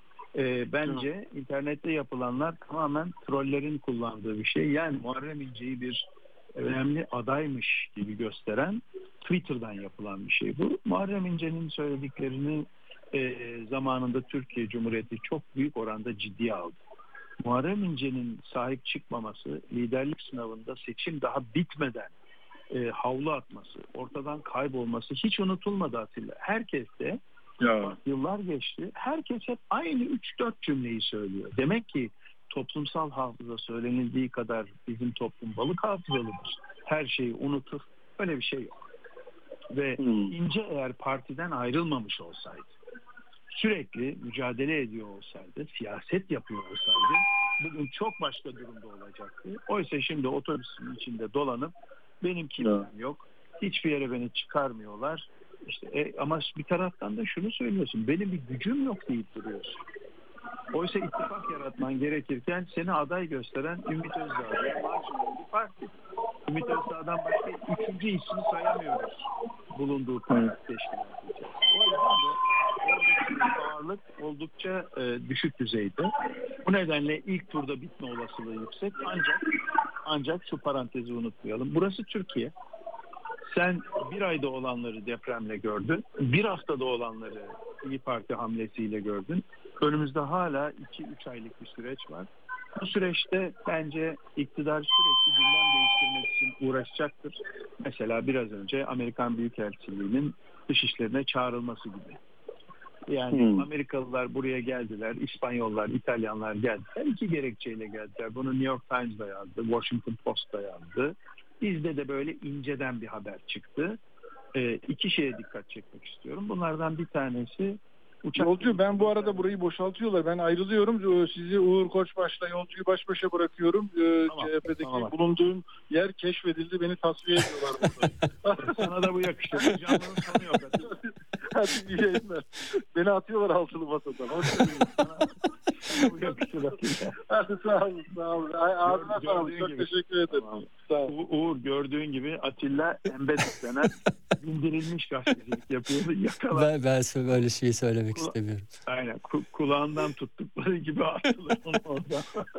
Ee, bence hı. internette yapılanlar tamamen trollerin kullandığı bir şey. Yani Muharrem İnce'yi bir önemli adaymış gibi gösteren Twitter'dan yapılan bir şey bu. Muharrem İnce'nin söylediklerini e, zamanında Türkiye Cumhuriyeti çok büyük oranda ciddiye aldı. Muharrem İnce'nin sahip çıkmaması, liderlik sınavında seçim daha bitmeden e, havlu atması, ortadan kaybolması hiç unutulmadı Atilla. Herkes de Ya. yıllar geçti. Herkes hep aynı üç dört cümleyi söylüyor. Demek ki toplumsal hafıza söylenildiği kadar bizim toplum balık hafızalıdır. Her şeyi unutur. Öyle bir şey yok. Ve Hmm. İnce eğer partiden ayrılmamış olsaydı, sürekli mücadele ediyor olsaydı, siyaset yapıyor olsaydı bugün çok başka durumda olacaktı. Oysa şimdi otobüsün içinde dolanıp benim kimsem yok, hiçbir yere beni çıkarmıyorlar. İşte, e, ama bir taraftan da şunu söylüyorsun, benim bir gücüm yok deyip duruyorsun. Oysa ittifak yaratman gerekirken seni aday gösteren Ümit Özdağ diye marjinal bir parti. Ümit Özdağ'dan başka üçüncü ismi sayamıyoruz bulunduğu parti teşkilatı için. O yüzden de oradaki ağırlık oldukça e, düşük düzeyde. Bu nedenle ilk turda bitme olasılığı yüksek. Ancak ancak şu parantezi unutmayalım. Burası Türkiye. Sen bir ayda olanları depremle gördün. Bir haftada olanları İYİ Parti hamlesiyle gördün. Önümüzde hala iki üç aylık bir süreç var. Bu süreçte bence iktidar sürekli gündem değiştirmek için uğraşacaktır. Mesela biraz önce Amerikan Büyükelçiliği'nin dışişlerine çağrılması gibi. Yani hmm. Amerikalılar buraya geldiler, İspanyollar, İtalyanlar geldiler. İki gerekçeyle geldiler. Bunu New York Times'da yazdı, Washington Post'ta yazdı. Bizde de böyle inceden bir haber çıktı. Ee, iki şeye dikkat çekmek istiyorum. Bunlardan bir tanesi uçak... Yolcu, ben bu arada burayı boşaltıyorlar. Ben ayrılıyorum. Sizi Uğur Koçbaş'la yolcuyu baş başa bırakıyorum. Ee, tamam, C H P'deki tamam. bulunduğum yer keşfedildi. Beni tasfiye ediyorlar burada. Sana da bu yakıştı. Canlının sonu yok. Hadi iyi yayınlar. Beni atıyorlar altılı masadan. Hoş geldiniz. Hadi sağ olun. Sağ olun. Ağzına sağlık. Çok gibi. teşekkür ederim. Tamam. Sağ olun. U- Uğur gördüğün gibi Atilla Embedik denen bindirilmiş gazetecilik yapıyordu. Yakalar. Ben, ben böyle şeyi söylemek Kula- istemiyorum. Aynen. Ku- kulağından tuttukları gibi attılar onu oradan.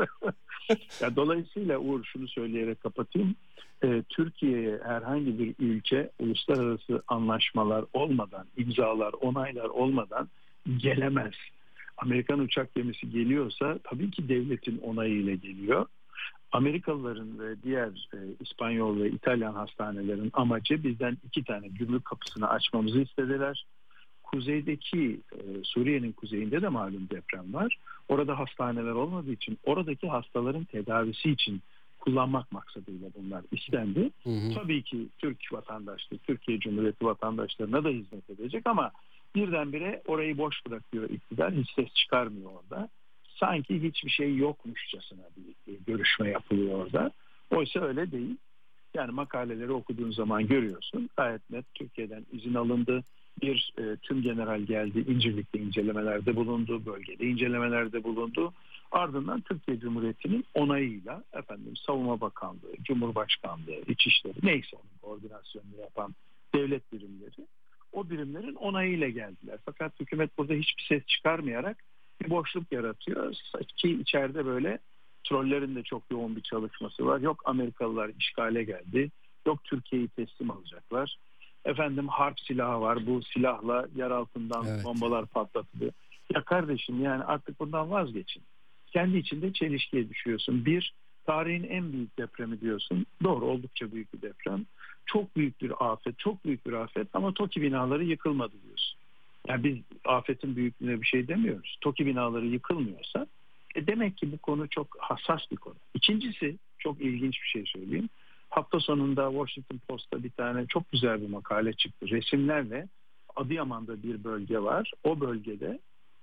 Ya, dolayısıyla Uğur şunu söyleyerek kapatayım. Ee, Türkiye'ye herhangi bir ülke uluslararası anlaşmalar olmadan, imzalar, onaylar olmadan gelemez. Amerikan uçak gemisi geliyorsa tabii ki devletin onayıyla geliyor. Amerikalıların ve diğer e, İspanyol ve İtalyan hastanelerin amacı bizden iki tane gümrük kapısını açmamızı istediler. Kuzeydeki e, Suriye'nin kuzeyinde de malum deprem var. Orada hastaneler olmadığı için oradaki hastaların tedavisi için kullanmak maksadıyla bunlar istendi. Hı hı. Tabii ki Türk vatandaşlığı, Türkiye Cumhuriyeti vatandaşlarına da hizmet edecek ama birdenbire orayı boş bırakıyor iktidar. Hiç ses çıkarmıyor orada. Sanki hiçbir şey yokmuşçasına bir, bir görüşme yapılıyor orada. Oysa öyle değil. Yani makaleleri okuduğun zaman görüyorsun. Gayet net Türkiye'den izin alındı. Bir e, tüm general geldi. İncirlik'te incelemelerde bulundu. Bölgede incelemelerde bulundu. Ardından Türkiye Cumhuriyeti'nin onayıyla efendim Savunma Bakanlığı, Cumhurbaşkanlığı, İçişleri neyse onun koordinasyonunu yapan devlet birimleri o birimlerin onayıyla geldiler. Fakat hükümet burada hiçbir ses çıkarmayarak bir boşluk yaratıyor ki içeride böyle trollerin de çok yoğun bir çalışması var. Yok Amerikalılar işgale geldi. Yok Türkiye'yi teslim alacaklar. Efendim harp silahı var. Bu silahla yer altından Evet. bombalar patlatılıyor. Ya kardeşim yani artık bundan vazgeçin. Kendi içinde çelişkiye düşüyorsun. Bir, tarihin en büyük depremi diyorsun. Doğru, oldukça büyük bir deprem. Çok büyük bir afet, çok büyük bir afet ama TOKİ binaları yıkılmadı diyorsun. Yani biz afetin büyüklüğüne bir şey demiyoruz. TOKİ binaları yıkılmıyorsa e demek ki bu konu çok hassas bir konu. İkincisi çok ilginç bir şey söyleyeyim. Hafta sonunda Washington Post'ta bir tane çok güzel bir makale çıktı. Resimlerle Adıyaman'da bir bölge var. O bölgede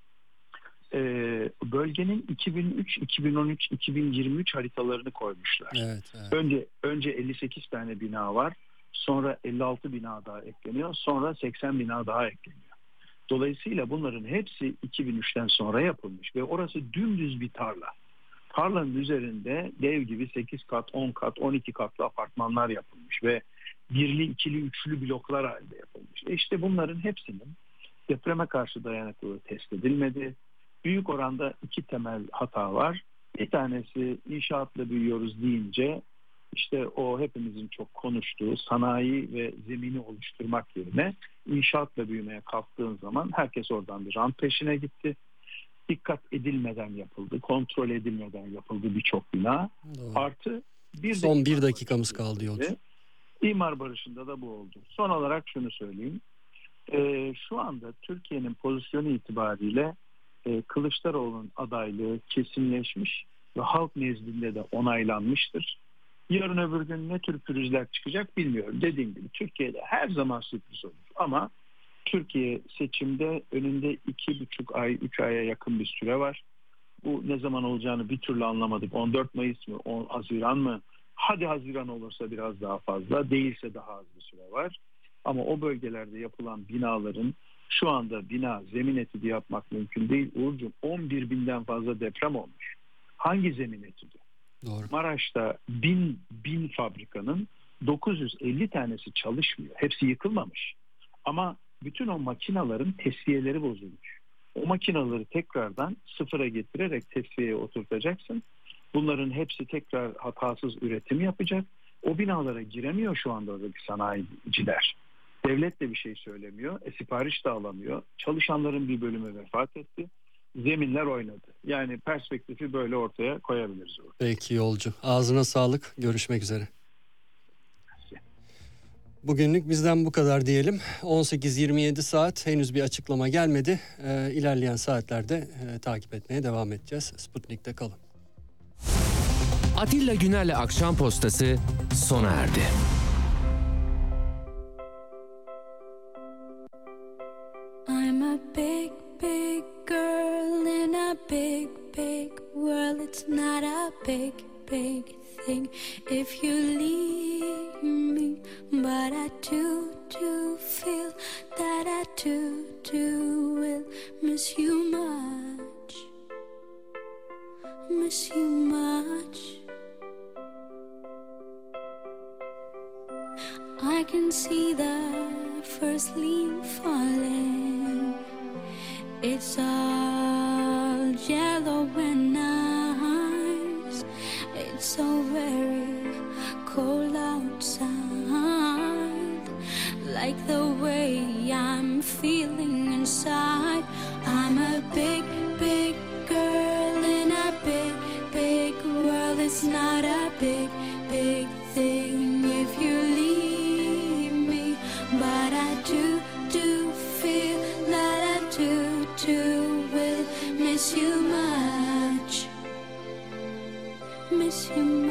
e, bölgenin iki bin üç, iki bin on üç, iki bin yirmi üç haritalarını koymuşlar. Evet, evet. Önce önce elli sekiz tane bina var. Sonra elli altı bina daha ekleniyor. Sonra seksen bina daha ekleniyor. Dolayısıyla bunların hepsi iki bin üçten sonra yapılmış ve orası dümdüz bir tarla. Tarlanın üzerinde dev gibi sekiz kat, on kat, on iki katlı apartmanlar yapılmış ve birli, ikili, üçlü bloklar halinde yapılmış. E işte bunların hepsinin depreme karşı dayanıklılığı test edilmedi. Büyük oranda iki temel hata var. Bir tanesi inşaatla büyüyoruz deyince işte o hepimizin çok konuştuğu sanayi ve zemini oluşturmak yerine inşaatla büyümeye kalktığın zaman herkes oradan bir rant peşine gitti. Dikkat edilmeden yapıldı, kontrol edilmeden yapıldı birçok bina. Doğru. Artı bir Son bir dakikamız kaldı yolcu. İmar barışında da bu oldu. Son olarak şunu söyleyeyim. Ee, şu anda Türkiye'nin pozisyonu itibariyle e, Kılıçdaroğlu'nun adaylığı kesinleşmiş ve halk nezdinde de onaylanmıştır. Yarın öbür gün ne tür pürüzler çıkacak bilmiyorum. Dediğim gibi Türkiye'de her zaman sürpriz olur. Ama Türkiye seçimde önünde iki buçuk ay, üç aya yakın bir süre var. Bu ne zaman olacağını bir türlü anlamadık. on dört Mayıs mı, on Haziran mı? Hadi Haziran olursa biraz daha fazla, değilse daha az bir süre var. Ama o bölgelerde yapılan binaların şu anda bina zemin etüdü yapmak mümkün değil. Uğurcuğum on bir binden fazla deprem olmuş. Hangi zemin etüdü? Doğru. Maraş'ta bin, bin fabrikanın dokuz yüz elli tanesi çalışmıyor. Hepsi yıkılmamış. Ama bütün o makinaların tesviyeleri bozulmuş. O makinaları tekrardan sıfıra getirerek tesviyeye oturtacaksın. Bunların hepsi tekrar hatasız üretim yapacak. O binalara giremiyor şu anda oradaki sanayiciler. Devlet de bir şey söylemiyor. E, sipariş de alamıyor. Çalışanların bir bölümü vefat etti. Zeminler oynadı. Yani perspektifi böyle ortaya koyabiliriz. Orada. Peki yolcu. Ağzına sağlık. Görüşmek üzere. Bugünlük bizden bu kadar diyelim. on sekiz yirmi yedi saat, henüz bir açıklama gelmedi. Ee, ilerleyen saatlerde e, takip etmeye devam edeceğiz. Sputnik'te kalın. Atilla Güner'le Akşam Postası sona erdi. I'm a big, big girl in a big, big world. It's not a big, big thing if you leave me, but I do, do feel that I do, do will miss you much, miss you much. I can see the first leaf falling. It's all yellow and nice. It's so very cold outside. Like the way I'm feeling inside. I'm a big, big girl in a big, big world. It's not a big, big thing if you leave me. But I do, do feel that I do, do will miss you much, miss you much.